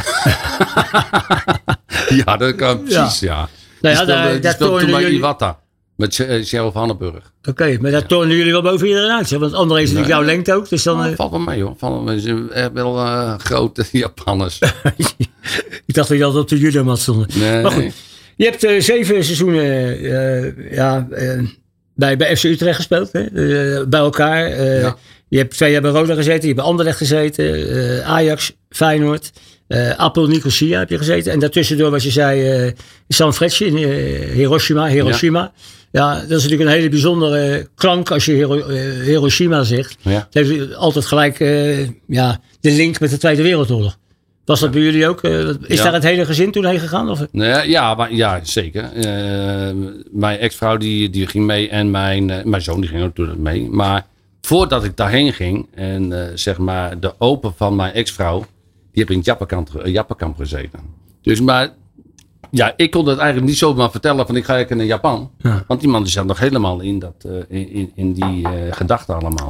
ja, dat kan precies, ja. ja. Nou ja, die speelde, daar, daar speelde toen bij jullie... Iwata. Met uh, Sheriff Hannenburg. Oké, okay, maar daar ja. tornen jullie wel boven iedereen uit. Want André is natuurlijk nee, jouw lengte ook. Dus dan, nou, uh... valt wel mee hoor. Valt wel, ze zijn wel uh, grote Japanners. ik dacht dat je altijd op de judomat stond. Nee. Maar goed. Je hebt uh, zeven seizoenen uh, ja, uh, bij, bij F C Utrecht gespeeld. Hè? Uh, bij elkaar. Uh, ja. Je hebt twee jaar bij Roda gezeten. Je hebt bij Anderlecht gezeten. Uh, Ajax, Feyenoord. Uh, Apel Nicosia heb je gezeten. En daartussendoor wat je zei. Uh, San Frecce in uh, Hiroshima. Hiroshima. Ja. ja, dat is natuurlijk een hele bijzondere klank als je Hiro, uh, Hiroshima zegt. Ja. Het heeft altijd gelijk uh, ja, de link met de Tweede Wereldoorlog. Was dat ja. bij jullie ook? Uh, is ja. daar het hele gezin toen heen gegaan? Of? Nee, ja, maar, ja, zeker. Uh, mijn ex-vrouw die, die ging mee en mijn, uh, mijn zoon die ging ook toen mee. Maar voordat ik daarheen ging en uh, zeg maar de opa van mijn ex-vrouw, die heb in het Jappenkamp, uh, Jappenkamp gezeten. Dus maar ja, ik kon het eigenlijk niet zomaar vertellen van ik ga naar Japan. Ja. Want die man die zat nog helemaal in, dat, uh, in, in die uh, gedachten allemaal.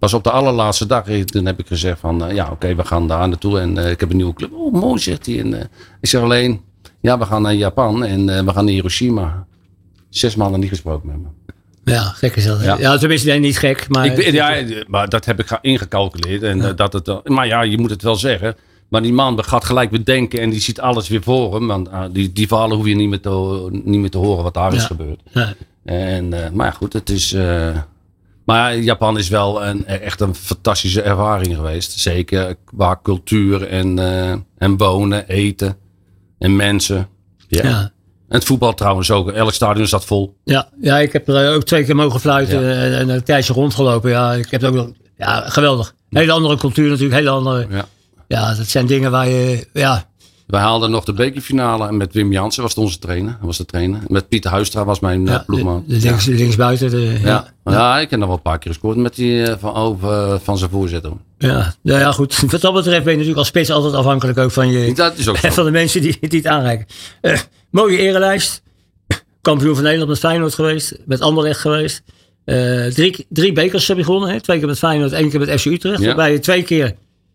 pas op de allerlaatste dag, toen heb ik gezegd van, uh, ja oké, okay, we gaan daar naartoe en uh, ik heb een nieuwe club. Oh, mooi, zegt hij. En, uh, ik zeg alleen, ja, we gaan naar Japan en uh, we gaan naar Hiroshima. Zes maanden niet gesproken met me. Ja, gek is dat. Ja, ja tenminste, nee, niet gek. Maar, ik, ja, maar dat heb ik ingecalculeerd. En, ja. uh, dat het, maar ja, je moet het wel zeggen. Maar die man gaat gelijk bedenken en die ziet alles weer voor hem. Want uh, die, die verhalen hoef je niet meer te, niet meer te horen wat daar ja. is gebeurd. Ja. En, uh, maar ja, goed, het is... Uh, maar Japan is wel een, echt een fantastische ervaring geweest. Zeker qua cultuur en, uh, en wonen, eten en mensen. Ja. ja. En het voetbal trouwens ook. Elk stadion zat vol. Ja, ja ik heb er ook twee keer mogen fluiten ja. en een tijdje rondgelopen. Ja, ik heb ook nog, ja, geweldig. Hele andere cultuur natuurlijk, hele andere... Ja. Ja, dat zijn dingen waar je... Ja. Wij haalden nog de bekerfinale en met Wim Jansen was onze trainer. Was de trainer. Met Pieter Huistra was mijn ja, ploegman. De, de links, ja. linksbuiten. De, ja. Ja. Ja. ja, ik heb nog wel een paar keer gescoord met die van, over, van zijn voorzitter. Ja. Ja, ja, goed. Wat dat betreft ben je natuurlijk als spits altijd afhankelijk ook van, je, dat is ook van de mensen die, die het aanreiken. Uh, mooie erelijst. Kampioen van Nederland met Feyenoord geweest. Met Anderlecht geweest. Uh, drie, drie bekers heb je gewonnen. Hè? Twee keer met Feyenoord, één keer met F C Utrecht. Ja. Waarbij je twee keer...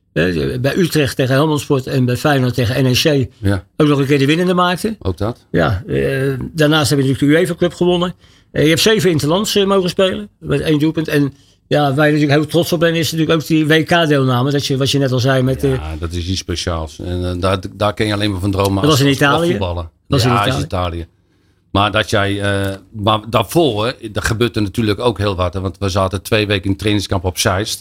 bij Utrecht tegen Helmond Sport en bij Feyenoord tegen N E C ja. ook nog een keer de winnende maakte. Ook dat? Ja. Uh, daarnaast heb je natuurlijk de UEFA Cup gewonnen. Uh, je hebt zeven interlands uh, mogen spelen met één doelpunt. En ja, waar je natuurlijk heel trots op bent is natuurlijk ook die W K-deelname. Dat je, wat je net al zei met... Ja, uh, dat is iets speciaals. En uh, daar, daar ken je alleen maar van dromen. Dat was in Italië? Voetballen. Dat was ja, in Italië. is Italië. Maar dat jij... Uh, maar daarvoor, dat gebeurde natuurlijk ook heel wat. Hè, want we zaten twee weken in trainingskamp op Zeist.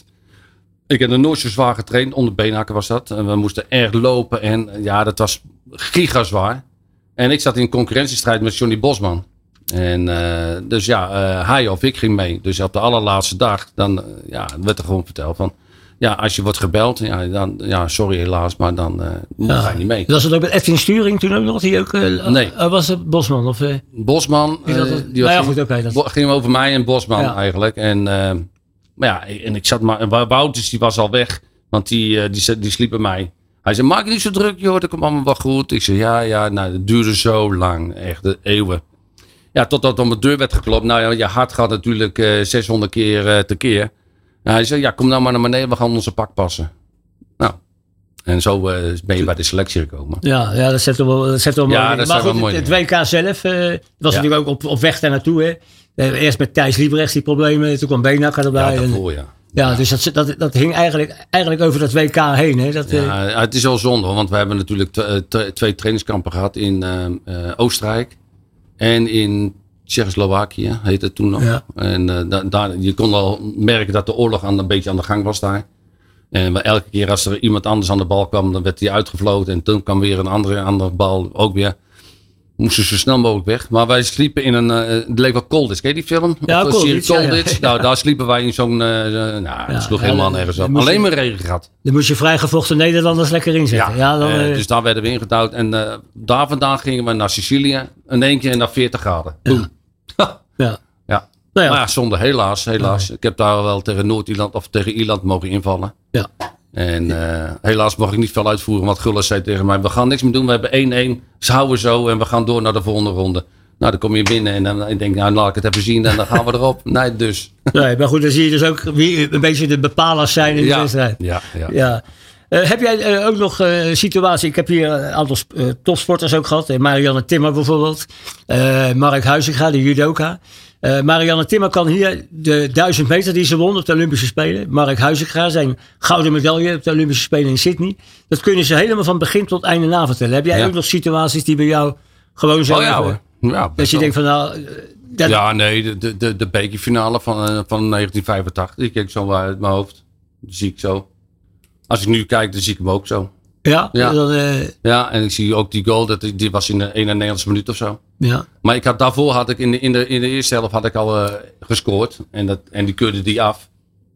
Ik heb er nooit zo zwaar getraind. Onder beenhakken was dat. En we moesten erg lopen. En ja, dat was gigazwaar. En ik zat in concurrentiestrijd met Johnny Bosman. En uh, dus ja, uh, hij of ik ging mee. Dus op de allerlaatste dag, dan uh, ja, werd er gewoon verteld van... Ja, als je wordt gebeld, ja, dan, ja sorry helaas, maar dan uh, ja. ga je niet mee. Was het ook met Edwin Sturing toen ook nog? Die ook, uh, nee. Uh, was het Bosman? Of, uh, Bosman. Die, dat, uh, die was, nou ja, goed, okay, dat... Bo- ging over mij en Bosman ja. eigenlijk. En... Uh, Maar ja, en ik zat maar. Wouters die was al weg. Want die, uh, die, die sliep bij mij. Hij zei: maak je niet zo druk, joh. Dat komt allemaal wel goed. Ik zei: ja, ja. Nou, dat duurde zo lang. Echt de eeuwen. Ja, totdat op mijn deur werd geklopt. Nou ja, je hart gaat natuurlijk uh, zeshonderd keer uh, tekeer. En hij zei: ja, kom nou maar naar beneden. We gaan onze pak passen. Nou. En zo uh, ben je bij de selectie gekomen. Ja, ja dat zet wel, dat zet wel ja, mooi. Dat maar goed, wel mooi het, het W K zelf uh, was ja. natuurlijk ook op, op weg daar naartoe. Hè. Uh, eerst met Thijs Liebrechts die problemen. Toen kwam Beenhakker erbij. Ja, daarvoor, en, ja. Ja, ja, dus dat, dat, dat hing eigenlijk, eigenlijk over dat W K heen. Hè? Dat, ja, uh, het is wel zonde, want we hebben natuurlijk t- t- twee trainingskampen gehad in uh, uh, Oostenrijk en in Tsjechoslowakije, heette het toen nog. Ja. En uh, da- daar, je kon al merken dat de oorlog aan, een beetje aan de gang was daar. En elke keer als er iemand anders aan de bal kwam, dan werd hij uitgefloten. En toen kwam weer een andere aan de bal ook weer. Moesten zo snel mogelijk weg. Maar wij sliepen in een... Uh, het leek wel Colditch. Ken je die film? Ja, of, Colditch. Colditch. Ja, ja. Nou, daar sliepen wij in zo'n... Uh, nou, ja, dat sloeg ja, helemaal ja, nergens op. Alleen maar regen gehad. Dan moest je vrijgevochten Nederlanders lekker inzetten. Ja, ja, dan, uh, uh, dus daar werden we ingedouwd. En uh, daar vandaan gingen we naar Sicilië. In één keer naar veertig graden. Boom. Ja. ja. ja. Nou ja. Maar ja, zonde. Helaas. helaas. Nee. Ik heb daar wel tegen Noord-Ierland of tegen Ierland mogen invallen. Ja. En uh, helaas mag ik niet veel uitvoeren. Want Gullis zei tegen mij, we gaan niks meer doen. We hebben één-één. Ze houden zo en we gaan door naar de volgende ronde. Nou, dan kom je binnen en dan ik denk ik, nou laat ik het even zien. En dan gaan we erop. Nee, dus. Nee, maar goed, dan zie je dus ook wie een beetje de bepalers zijn in de ja, wedstrijd. Ja, ja. ja. Uh, heb jij uh, ook nog een uh, situatie? Ik heb hier een aantal uh, topsporters ook gehad. Uh, Marianne Timmer bijvoorbeeld. Uh, Mark Huizinga, de judoka. Uh, Marianne Timmer kan hier de duizend meter die ze won op de Olympische Spelen. Mark Huizinga, zijn gouden medaille op de Olympische Spelen in Sydney. Dat kunnen ze helemaal van begin tot einde navertellen. Heb jij ja. ook nog situaties die bij jou gewoon zo... Oh ja hoor. Ja, dat je wel. denkt van nou... Dat... Ja, nee, de, de, de bekerfinale van, uh, van negentien vijfentachtig. Die kijk ik zo uit mijn hoofd. Die zie ik zo. Als ik nu kijk, dan zie ik hem ook zo. Ja? Ja, dan, uh... ja en ik zie ook die goal. Dat, die was in de eenennegentigste minuut of zo. Ja. Maar ik had, daarvoor had ik in de, in de, in de eerste helft had ik al uh, gescoord. En, dat, en die keurde die af.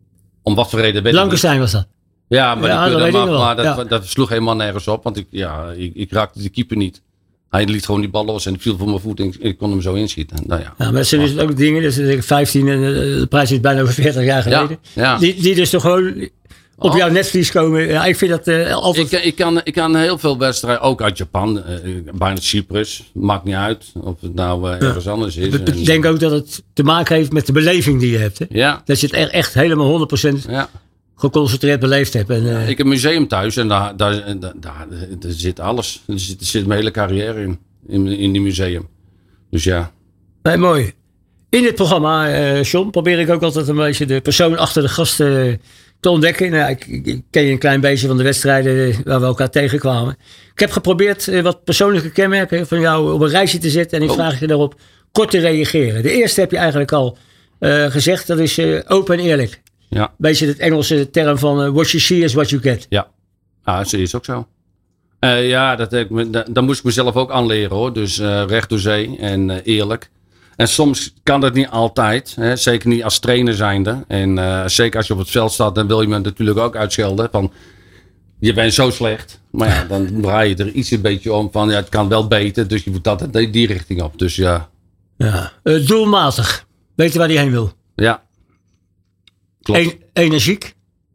Om wat voor reden weet Blankenstein was dat? Ja, maar, ja, die keurde dat hem af, maar dat, ja. dat sloeg helemaal nergens op. Want ik, ja, ik, ik raakte de keeper niet. Hij liet gewoon die bal los en ik viel voor mijn voet en ik, ik kon hem zo inschieten. Nou ja, ja, maar dat zijn dus ook dingen, dus vijftien en de prijs is bijna over veertig jaar geleden. Ja, ja. Die, die dus toch gewoon op Oh. jouw netvlies komen. Ja, ik vind dat uh, altijd... Ik, ik, kan, ik kan heel veel wedstrijden, ook uit Japan, uh, bijna Cyprus, maakt niet uit of het nou uh, ergens ja. anders is. Ik en, denk ook dat het te maken heeft met de beleving die je hebt. Hè? Ja. Dat je het echt, echt helemaal honderd procent ja. geconcentreerd beleefd hebt. En, uh, ik heb een museum thuis en daar, daar, daar, daar, daar zit alles. Er zit, er zit mijn hele carrière in, in, in die museum. Dus ja. Nee, mooi. In dit programma, uh, John, probeer ik ook altijd een beetje de persoon achter de gast uh, te ontdekken. Nou, ik, ik ken je een klein beetje van de wedstrijden waar we elkaar tegenkwamen. Ik heb geprobeerd uh, wat persoonlijke kenmerken van jou op een rijtje te zetten. En ik oh. vraag je daarop kort te reageren. De eerste heb je eigenlijk al uh, gezegd. Dat is uh, open en eerlijk. Ja. Beetje het Engelse term van uh, what you see is what you get. Ja, ah, dat is ook zo. Uh, ja, dat, dat, dat moest ik mezelf ook aanleren hoor. Dus uh, recht door zee en uh, eerlijk. En soms kan dat niet altijd. Hè? Zeker niet als trainer zijnde. En uh, zeker als je op het veld staat, dan wil je me natuurlijk ook uitschelden. Van, je bent zo slecht. Maar ja, dan draai je er iets een beetje om. Van ja, het kan wel beter. Dus je moet altijd die, die richting op. Dus ja. ja. Uh, doelmatig. Weet je waar hij heen wil? Ja. Klopt. En, energiek.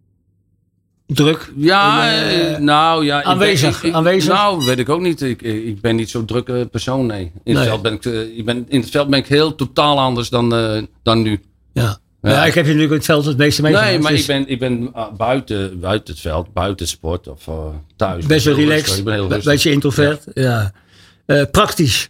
Druk. Ja, en, uh, nou ja. Aanwezig. Ik ben, ik, aanwezig. Nou, weet ik ook niet. Ik, ik ben niet zo'n drukke persoon, nee. In, nee. Het veld ben ik, ik ben, in het veld ben ik heel totaal anders dan, uh, dan nu. Ja. Ja. ja, ik heb je natuurlijk in het veld het meeste meegemaakt. Nee, maar dus... ik ben, ik ben uh, buiten, buiten het veld, buiten sport of uh, thuis. Best wel relaxed. Ik ben heel rustig. Beetje introvert. Ja. ja. Uh, praktisch.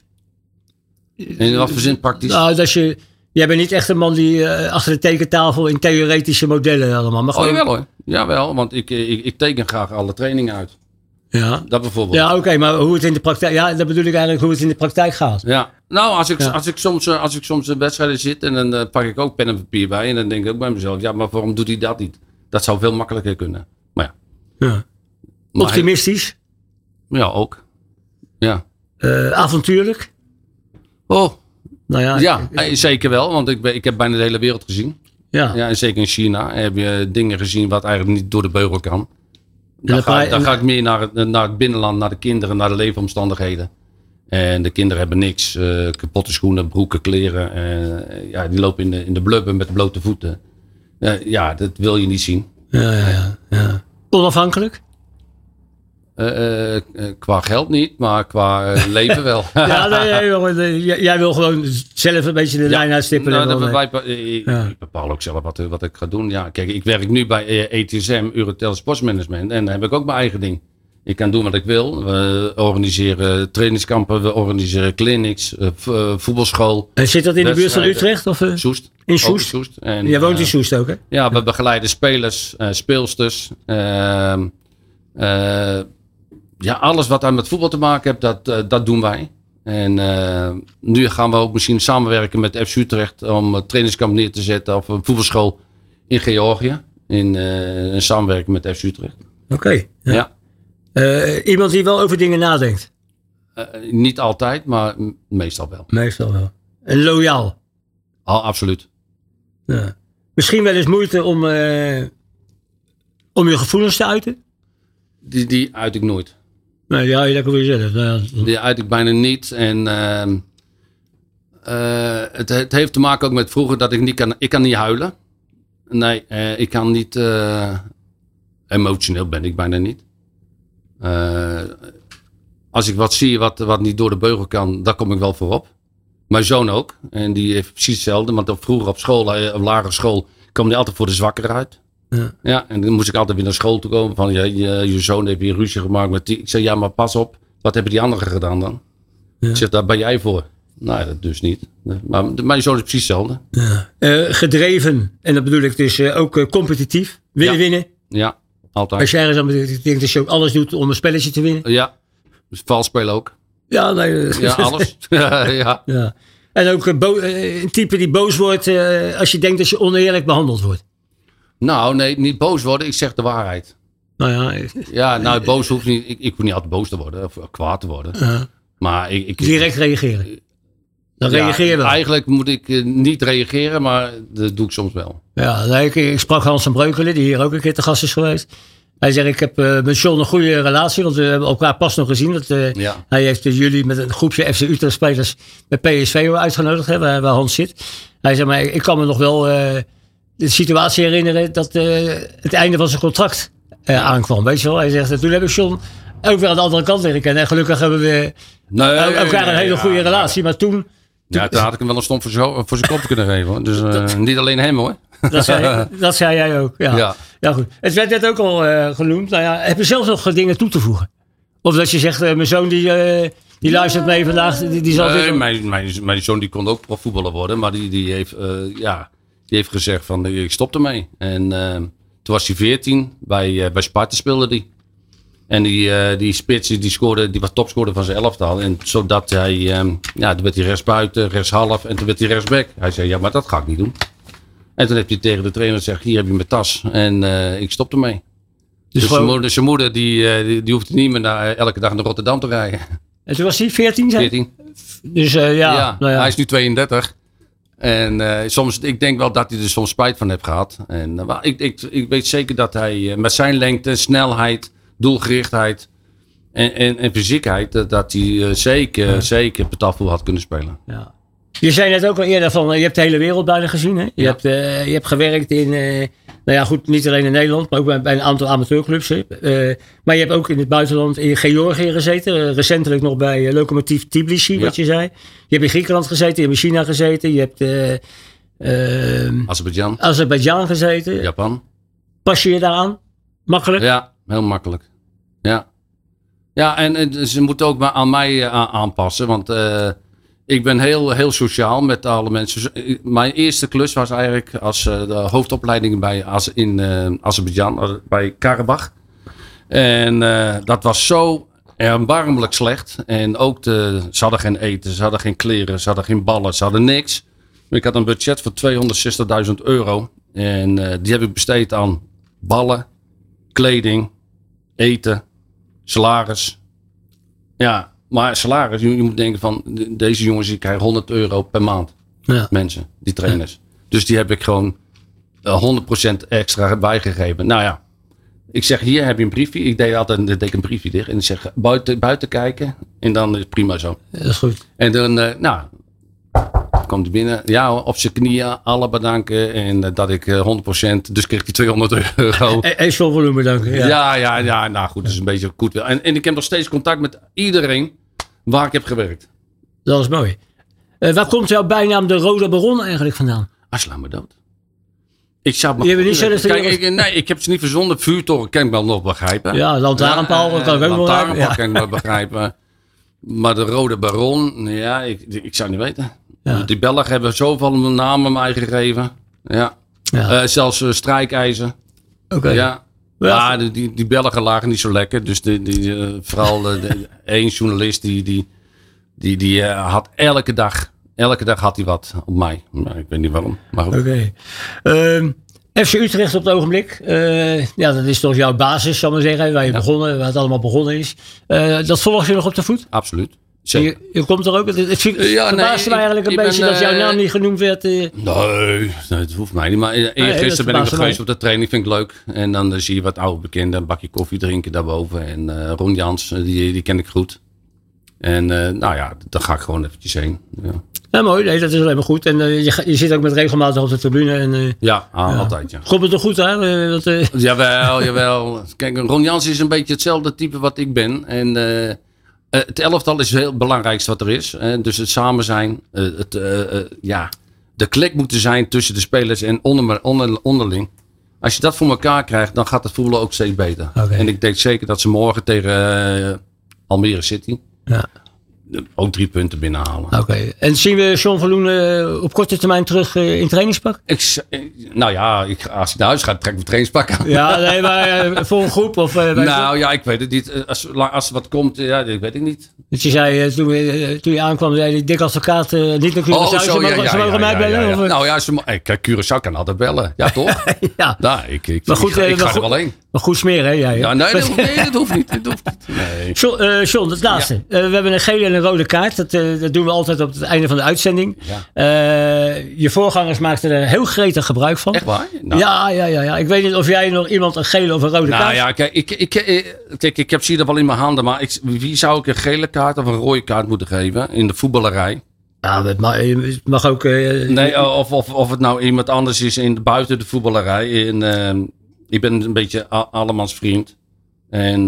In wat voor zin praktisch? Nou, dat je... Jij bent niet echt een man die uh, achter de tekentafel in theoretische modellen allemaal. Maar gewoon... Oh jawel hoor. Jawel, want ik, ik, ik teken graag alle trainingen uit. Ja. Dat bijvoorbeeld. Ja, oké, okay, maar hoe het in de praktijk... Ja, dat bedoel ik eigenlijk hoe het in de praktijk gaat. Ja. Nou, als ik, ja. als ik soms, als ik soms in wedstrijden zit en dan uh, pak ik ook pen en papier bij. En dan denk ik ook bij mezelf, ja, maar waarom doet hij dat niet? Dat zou veel makkelijker kunnen. Maar ja. ja. Optimistisch? Maar, ja, ook. Ja. Uh, avontuurlijk? Oh. Nou ja, ja ik, ik, zeker wel, want ik, ben, ik heb bijna de hele wereld gezien. Ja. Ja, en zeker in China heb je dingen gezien wat eigenlijk niet door de beugel kan. Dan, ga, dan ga ik meer naar het, naar het binnenland, naar de kinderen, naar de leefomstandigheden. En de kinderen hebben niks. Uh, kapotte schoenen, broeken, kleren. Uh, ja, die lopen in de, in de blubber met blote voeten. Uh, ja, dat wil je niet zien. Ja, ja, ja. ja. Onafhankelijk? Uh, uh, qua geld niet, maar qua uh, leven wel. ja, nee, nee, jij, jij wil gewoon zelf een beetje de ja, lijn uitstippelen. Nou, wij, ik, ja. ik bepaal ook zelf wat, wat ik ga doen. Ja, kijk, ik werk nu bij E T S M, Euratel Sportsmanagement. En dan heb ik ook mijn eigen ding. Ik kan doen wat ik wil. We organiseren trainingskampen, we organiseren clinics, uh, voetbalschool. En zit dat in de buurt van Utrecht? Of, uh? Soest. In Soest? Soest. En, jij woont in uh, Soest ook, hè? Ja, we begeleiden spelers, uh, speelsters. Uh, uh, Ja, alles wat aan met voetbal te maken heeft, dat, uh, dat doen wij. En uh, nu gaan we ook misschien samenwerken met F C Utrecht om een trainingskamp neer te zetten of een voetbalschool in Georgië. In, uh, in samenwerking met F C Utrecht. Oké. Okay, ja. ja. Uh, iemand die wel over dingen nadenkt? Uh, niet altijd, maar meestal wel. Meestal wel. En loyaal? Al, absoluut. Ja. Misschien wel eens moeite om, uh, om je gevoelens te uiten? Die, die uit ik nooit. Nee, ja, dat kan je zeggen. Ja. Die uit ik bijna niet. En uh, uh, het, het heeft te maken ook met vroeger dat ik niet kan. Ik kan niet huilen. Nee, uh, ik kan niet. Uh, emotioneel ben ik bijna niet. Uh, als ik wat zie wat, wat niet door de beugel kan, daar kom ik wel voor op. Mijn zoon ook. En die heeft precies hetzelfde. Want vroeger op school, op lagere school, kwam hij altijd voor de zwakker uit. Ja. ja, en dan moest ik altijd weer naar school toe komen. Van, ja, je, je zoon heeft weer ruzie gemaakt met die. Ik zei, ja, maar pas op. Wat hebben die anderen gedaan dan? Ja. Ik zeg, daar ben jij voor. Nou, dat dus niet. Maar mijn zoon is precies hetzelfde. Ja. Uh, gedreven. En dat bedoel ik dus uh, ook uh, competitief. Willen ja. winnen. Ja, altijd. Als jij ergens aan denkt dat je ook alles doet om een spelletje te winnen. Ja, dus vals spelen ook. Ja, nee. Ja, alles. ja, ja. ja. En ook uh, bo- uh, een type die boos wordt uh, als je denkt dat je oneerlijk behandeld wordt. Nou, nee, niet boos worden. Ik zeg de waarheid. Nou ja. Ja, nou, boos hoeft niet. Ik, ik hoef niet altijd boos te worden of kwaad te worden. Uh, maar ik, ik, direct reageren. Dan ja, reageer je wel. Eigenlijk moet ik uh, niet reageren, maar dat doe ik soms wel. Ja, nou, ik, ik sprak Hans van Breukelen, die hier ook een keer te gast is geweest. Hij zegt, ik heb uh, met John een goede relatie, want we hebben elkaar pas nog gezien. Dat, uh, ja. Hij heeft dus jullie met een groepje F C Utrecht spelers met P S V uitgenodigd, hè, waar, waar Hans zit. Hij zegt, maar ik kan me nog wel... Uh, de situatie herinneren dat uh, het einde van zijn contract uh, aankwam. Weet je wel? Hij zegt, toen heb ik John ook weer aan de andere kant leren kennen. En gelukkig hebben we nee, elkaar nee, nee, een hele goede ja, relatie. Maar toen... toen ja, toen had ik hem wel een stomp voor, zo, voor zijn kop kunnen geven. Hoor. Dus uh, dat, niet alleen hem hoor. Dat zei, dat zei jij ook. Ja. Ja. Ja, goed. Het werd net ook al uh, genoemd. Nou ja, heb je zelf nog dingen toe te voegen? Of dat je zegt, uh, mijn zoon die... Uh, Die luistert mee vandaag. Die, die zal nee, mijn, mijn, mijn zoon die kon ook profvoetballer worden. Maar die, die, heeft, uh, ja, die heeft gezegd van ik stop ermee. En uh, toen was hij veertien. Bij, uh, bij Sparta speelde hij. En die, uh, die spits die, scoorde, die was topscorer van zijn elftal. En zodat hij, um, ja, toen werd hij rechtsbuiten, rechtshalf en toen werd hij rechtsback. Hij zei ja, maar dat ga ik niet doen. En toen heeft hij tegen de trainer gezegd hier heb je mijn tas. En uh, ik stop ermee. Dus, dus zijn moeder, zijn moeder die, uh, die, die hoeft niet meer naar, elke dag naar Rotterdam te rijden. En toen was hij veertien? veertien. Dus uh, ja, ja, nou ja. Hij is nu tweeëndertig. En uh, soms, ik denk wel dat hij er soms spijt van heeft gehad. En, uh, ik, ik, ik weet zeker dat hij uh, met zijn lengte, snelheid, doelgerichtheid en, en, en fysiekheid, uh, dat hij uh, zeker, ja. zeker betafel had kunnen spelen. Ja. Je zei net ook al eerder van, uh, je hebt de hele wereld bijna gezien. Hè? Je, ja. hebt, uh, je hebt gewerkt in, uh, nou ja goed, niet alleen in Nederland, maar ook bij, bij een aantal amateurclubs. Uh, maar je hebt ook in het buitenland in Georgië gezeten. Uh, recentelijk nog bij uh, Lokomotiv Tbilisi, ja. wat je zei. Je hebt in Griekenland gezeten, je hebt in China gezeten. Je hebt uh, uh, Azerbeidzjan. Azerbeidzjan gezeten. Japan. Pas je je daar aan? Makkelijk? Ja, heel makkelijk. Ja, ja en, en ze moeten ook maar aan mij uh, aanpassen, want... Uh, Ik ben heel, heel sociaal met alle mensen. Mijn eerste klus was eigenlijk als uh, de hoofdopleiding bij Az- in uh, Azerbeidzjan, bij Karabach. En uh, dat was zo erbarmelijk slecht. En ook de, ze hadden geen eten, ze hadden geen kleren, ze hadden geen ballen, ze hadden niks. Maar ik had een budget van tweehonderdzestigduizend euro. En uh, die heb ik besteed aan ballen, kleding, eten, salaris. Ja. Maar salaris, je, je moet denken van deze jongens die krijgen honderd euro per maand. Ja. Mensen, die trainers. Ja. Dus die heb ik gewoon uh, honderd procent extra bijgegeven. Nou ja, ik zeg hier heb je een briefje. Ik deed altijd deed ik een briefje dicht. En ik zeg buiten, buiten kijken. En dan is het prima zo. Ja, dat is goed. En dan, uh, nou, komt hij binnen. Ja, op zijn knieën, alle bedanken. En uh, dat ik uh, honderd procent, dus kreeg hij tweehonderd euro. En zo'n volume bedanken. Ja, ja, ja, ja nou goed, dat is een beetje goed. En, en ik heb nog steeds contact met iedereen waar ik heb gewerkt. Dat is mooi. Uh, waar komt jouw bijnaam de Rode Baron eigenlijk vandaan? Ah, sla me dood. Ik zou maar je hebt niet zelfs Kijk, ik, nee, ik heb ze niet verzonnen. Vuurtoren kan ik wel nog begrijpen. Ja, lantaarnpaal ja, kan ik ook nog begrijpen. Ja. kan ik wel begrijpen. Maar de Rode Baron, ja, ik, ik zou niet weten. Ja. Die Belgen hebben zoveel namen mij gegeven. Ja. ja. Uh, zelfs uh, strijkijzer. Oké. Okay. Ja. Ja, die, die, die Belgen lagen niet zo lekker. Dus die, die, uh, vooral de, de, één journalist die, die, die, die uh, had elke dag, elke dag had hij wat op mij. Maar ik weet niet waarom. Maar goed. Oké. Okay. Um, F C Utrecht op het ogenblik. Uh, ja, dat is toch jouw basis, zal ik maar zeggen. Waar je ja. begonnen, waar het allemaal begonnen is. Uh, dat volg je nog op de voet? Absoluut. Je, je komt er ook. Het, het, het ja, verbaasde nee, mij eigenlijk een beetje ben, dat jouw naam niet genoemd werd. Uh. Nee, nee, dat hoeft mij niet. Maar eergisteren ben ik nog geweest op de training. Vind ik leuk. En dan uh, zie je wat oude bekenden. Een bakje koffie drinken daarboven. En uh, Ron Jans, die, die ken ik goed. En uh, nou ja, daar ga ik gewoon eventjes heen. Ja, ja mooi. Nee, dat is alleen maar goed. En uh, je, je zit ook met regelmatig op de tribune. En, uh, ja, ah, ja, altijd. Ja. Komt het toch goed aan? Uh, dat, uh... Jawel, jawel. Kijk, Ron Jans is een beetje hetzelfde type wat ik ben. En... Uh, Uh, het elftal is het belangrijkste wat er is. Hè? Dus het samen zijn. Uh, het, uh, uh, ja, de klik moet er zijn tussen de spelers en onder, onder, onderling. Als je dat voor elkaar krijgt, dan gaat het voetbal ook steeds beter. Okay. En ik denk zeker dat ze morgen tegen uh, Almere City ja. ook drie punten binnenhalen. Oké. Okay. En zien we John van Loen uh, op korte termijn terug uh, in trainingspak? Ik, nou ja, ik, als hij naar huis gaat, trek ik mijn trainingspak aan. Ja, nee, maar uh, voor een groep? Of, uh, nou ja, ik weet het niet. Als, als er wat komt, ja, dat weet ik niet. Dus je zei, uh, toen, uh, toen je aankwam, zei je dik advocaat, uh, niet naar Curaçao, oh, zo, ze mogen, ja, ja, ze mogen ja, mij ja, bellen? Ja, ja. Of, nou ja, ze, kijk, Curaçao kan altijd bellen. Ja, toch? ja. Nou, ik, ik, maar goed, ik, ik, ik ga goed, er wel heen. Maar goed smeren, hè? Jij, ja, nee, dat, nee, dat hoeft niet. Dat hoeft niet. Nee. John, uh, John, het laatste. Ja. Uh, we hebben een gele en een rode kaart. Dat, uh, dat doen we altijd op het einde van de uitzending. Ja. Uh, je voorgangers maakten er heel gretig gebruik van. Echt waar? Nou. Ja, ja, ja, ja. Ik weet niet of jij nog iemand een gele of een rode nou, kaart... Nou ja, kijk, ik, ik, ik, kijk, ik heb ze hier wel in mijn handen. Maar ik, wie zou ik een gele kaart of een rode kaart moeten geven in de voetballerij? Ja, het mag, het mag ook... Uh, nee, of, of, of het nou iemand anders is in, buiten de voetballerij. In, uh, ik ben een beetje a- allemans vriend. En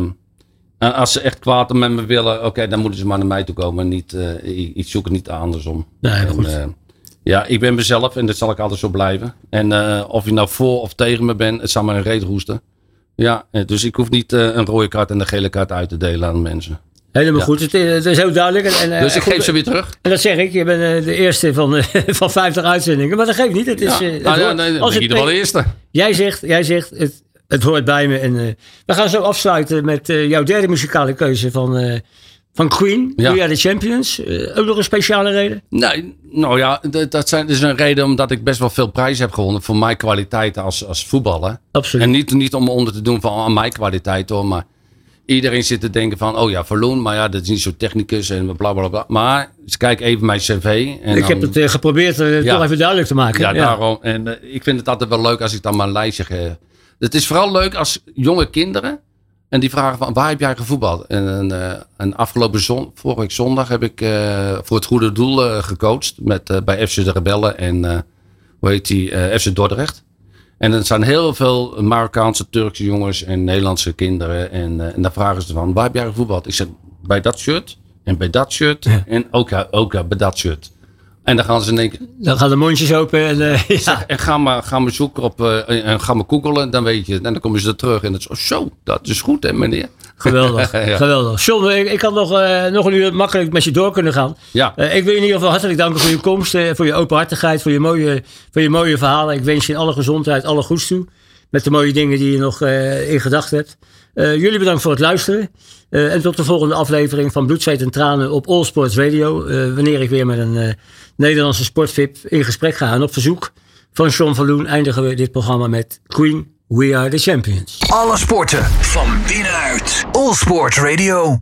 uh, als ze echt kwaad met me willen, oké, okay, dan moeten ze maar naar mij toe komen. Niet, uh, ik, ik zoek het niet andersom. Nee, en, goed. Uh, ja, ik ben mezelf en dat zal ik altijd zo blijven. En uh, of je nou voor of tegen me bent, het zal maar een reet roesten. Ja, dus ik hoef niet uh, een rode kaart en een gele kaart uit te delen aan mensen. Helemaal ja. goed, het is, het is heel duidelijk. En, dus ik goed, geef ze weer terug. En dat zeg ik, je bent uh, de eerste van, uh, van vijftig uitzendingen. Maar dat geeft niet. Het is, ja. uh, het nou, hoort, ja, nee, als ben je wel de eerste. Jij zegt, jij zegt het, het hoort bij me. En, uh, we gaan zo afsluiten met uh, jouw derde muzikale keuze van, uh, van Queen. Ja. We Are The Champions. Uh, ook nog een speciale reden? Nee, nou ja, dat, dat, zijn, dat is een reden omdat ik best wel veel prijzen heb gewonnen. Voor mijn kwaliteit als, als voetballer. Absoluut. En niet, niet om onder te doen van aan mijn kwaliteit hoor, maar... Iedereen zit te denken van, oh ja, Verloon, maar ja, dat is niet zo technicus en bla bla bla. Maar ze kijken even mijn cv. En ik dan, heb het uh, geprobeerd uh, ja, toch even duidelijk te maken. Ja, ja. daarom. En uh, ik vind het altijd wel leuk als ik dan maar een lijstje geef. Het is vooral leuk als jonge kinderen, en die vragen van, waar heb jij gevoetbald? En uh, een afgelopen zon, vorige week zondag heb ik uh, voor het goede doel uh, gecoacht met, uh, bij F C de Rebellen en uh, hoe heet die, uh, F C Dordrecht. En er zijn heel veel Marokkaanse, Turkse jongens en Nederlandse kinderen. En, uh, en dan vragen ze van, waar heb jij gevoetbald? Ik zeg, bij dat shirt en bij dat shirt ja. en ook, ja, ook ja, bij dat shirt. En dan gaan ze denken... Dan gaan de mondjes open en... Uh, ja. zeg, en ga maar, ga maar zoeken op... Uh, en ga maar googelen, dan weet je. En dan komen ze er terug en het is oh, zo, dat is goed hè meneer. Geweldig, ja. geweldig. John, ik, ik had nog, uh, nog een uur makkelijk met je door kunnen gaan. Ja. Uh, ik wil je in ieder geval hartelijk danken voor je komst, uh, voor je openhartigheid, voor je, mooie, voor je mooie verhalen. Ik wens je in alle gezondheid, alle goeds toe. Met de mooie dingen die je nog uh, in gedachten hebt. Uh, jullie bedankt voor het luisteren. Uh, en tot de volgende aflevering van Bloed, Zweet en Tranen op All Sports Radio. Uh, wanneer ik weer met een uh, Nederlandse sportvip in gesprek ga. En op verzoek van John Verloen eindigen we dit programma met Queen, We Are The Champions. Alle sporten van binnenuit. All Sports Radio.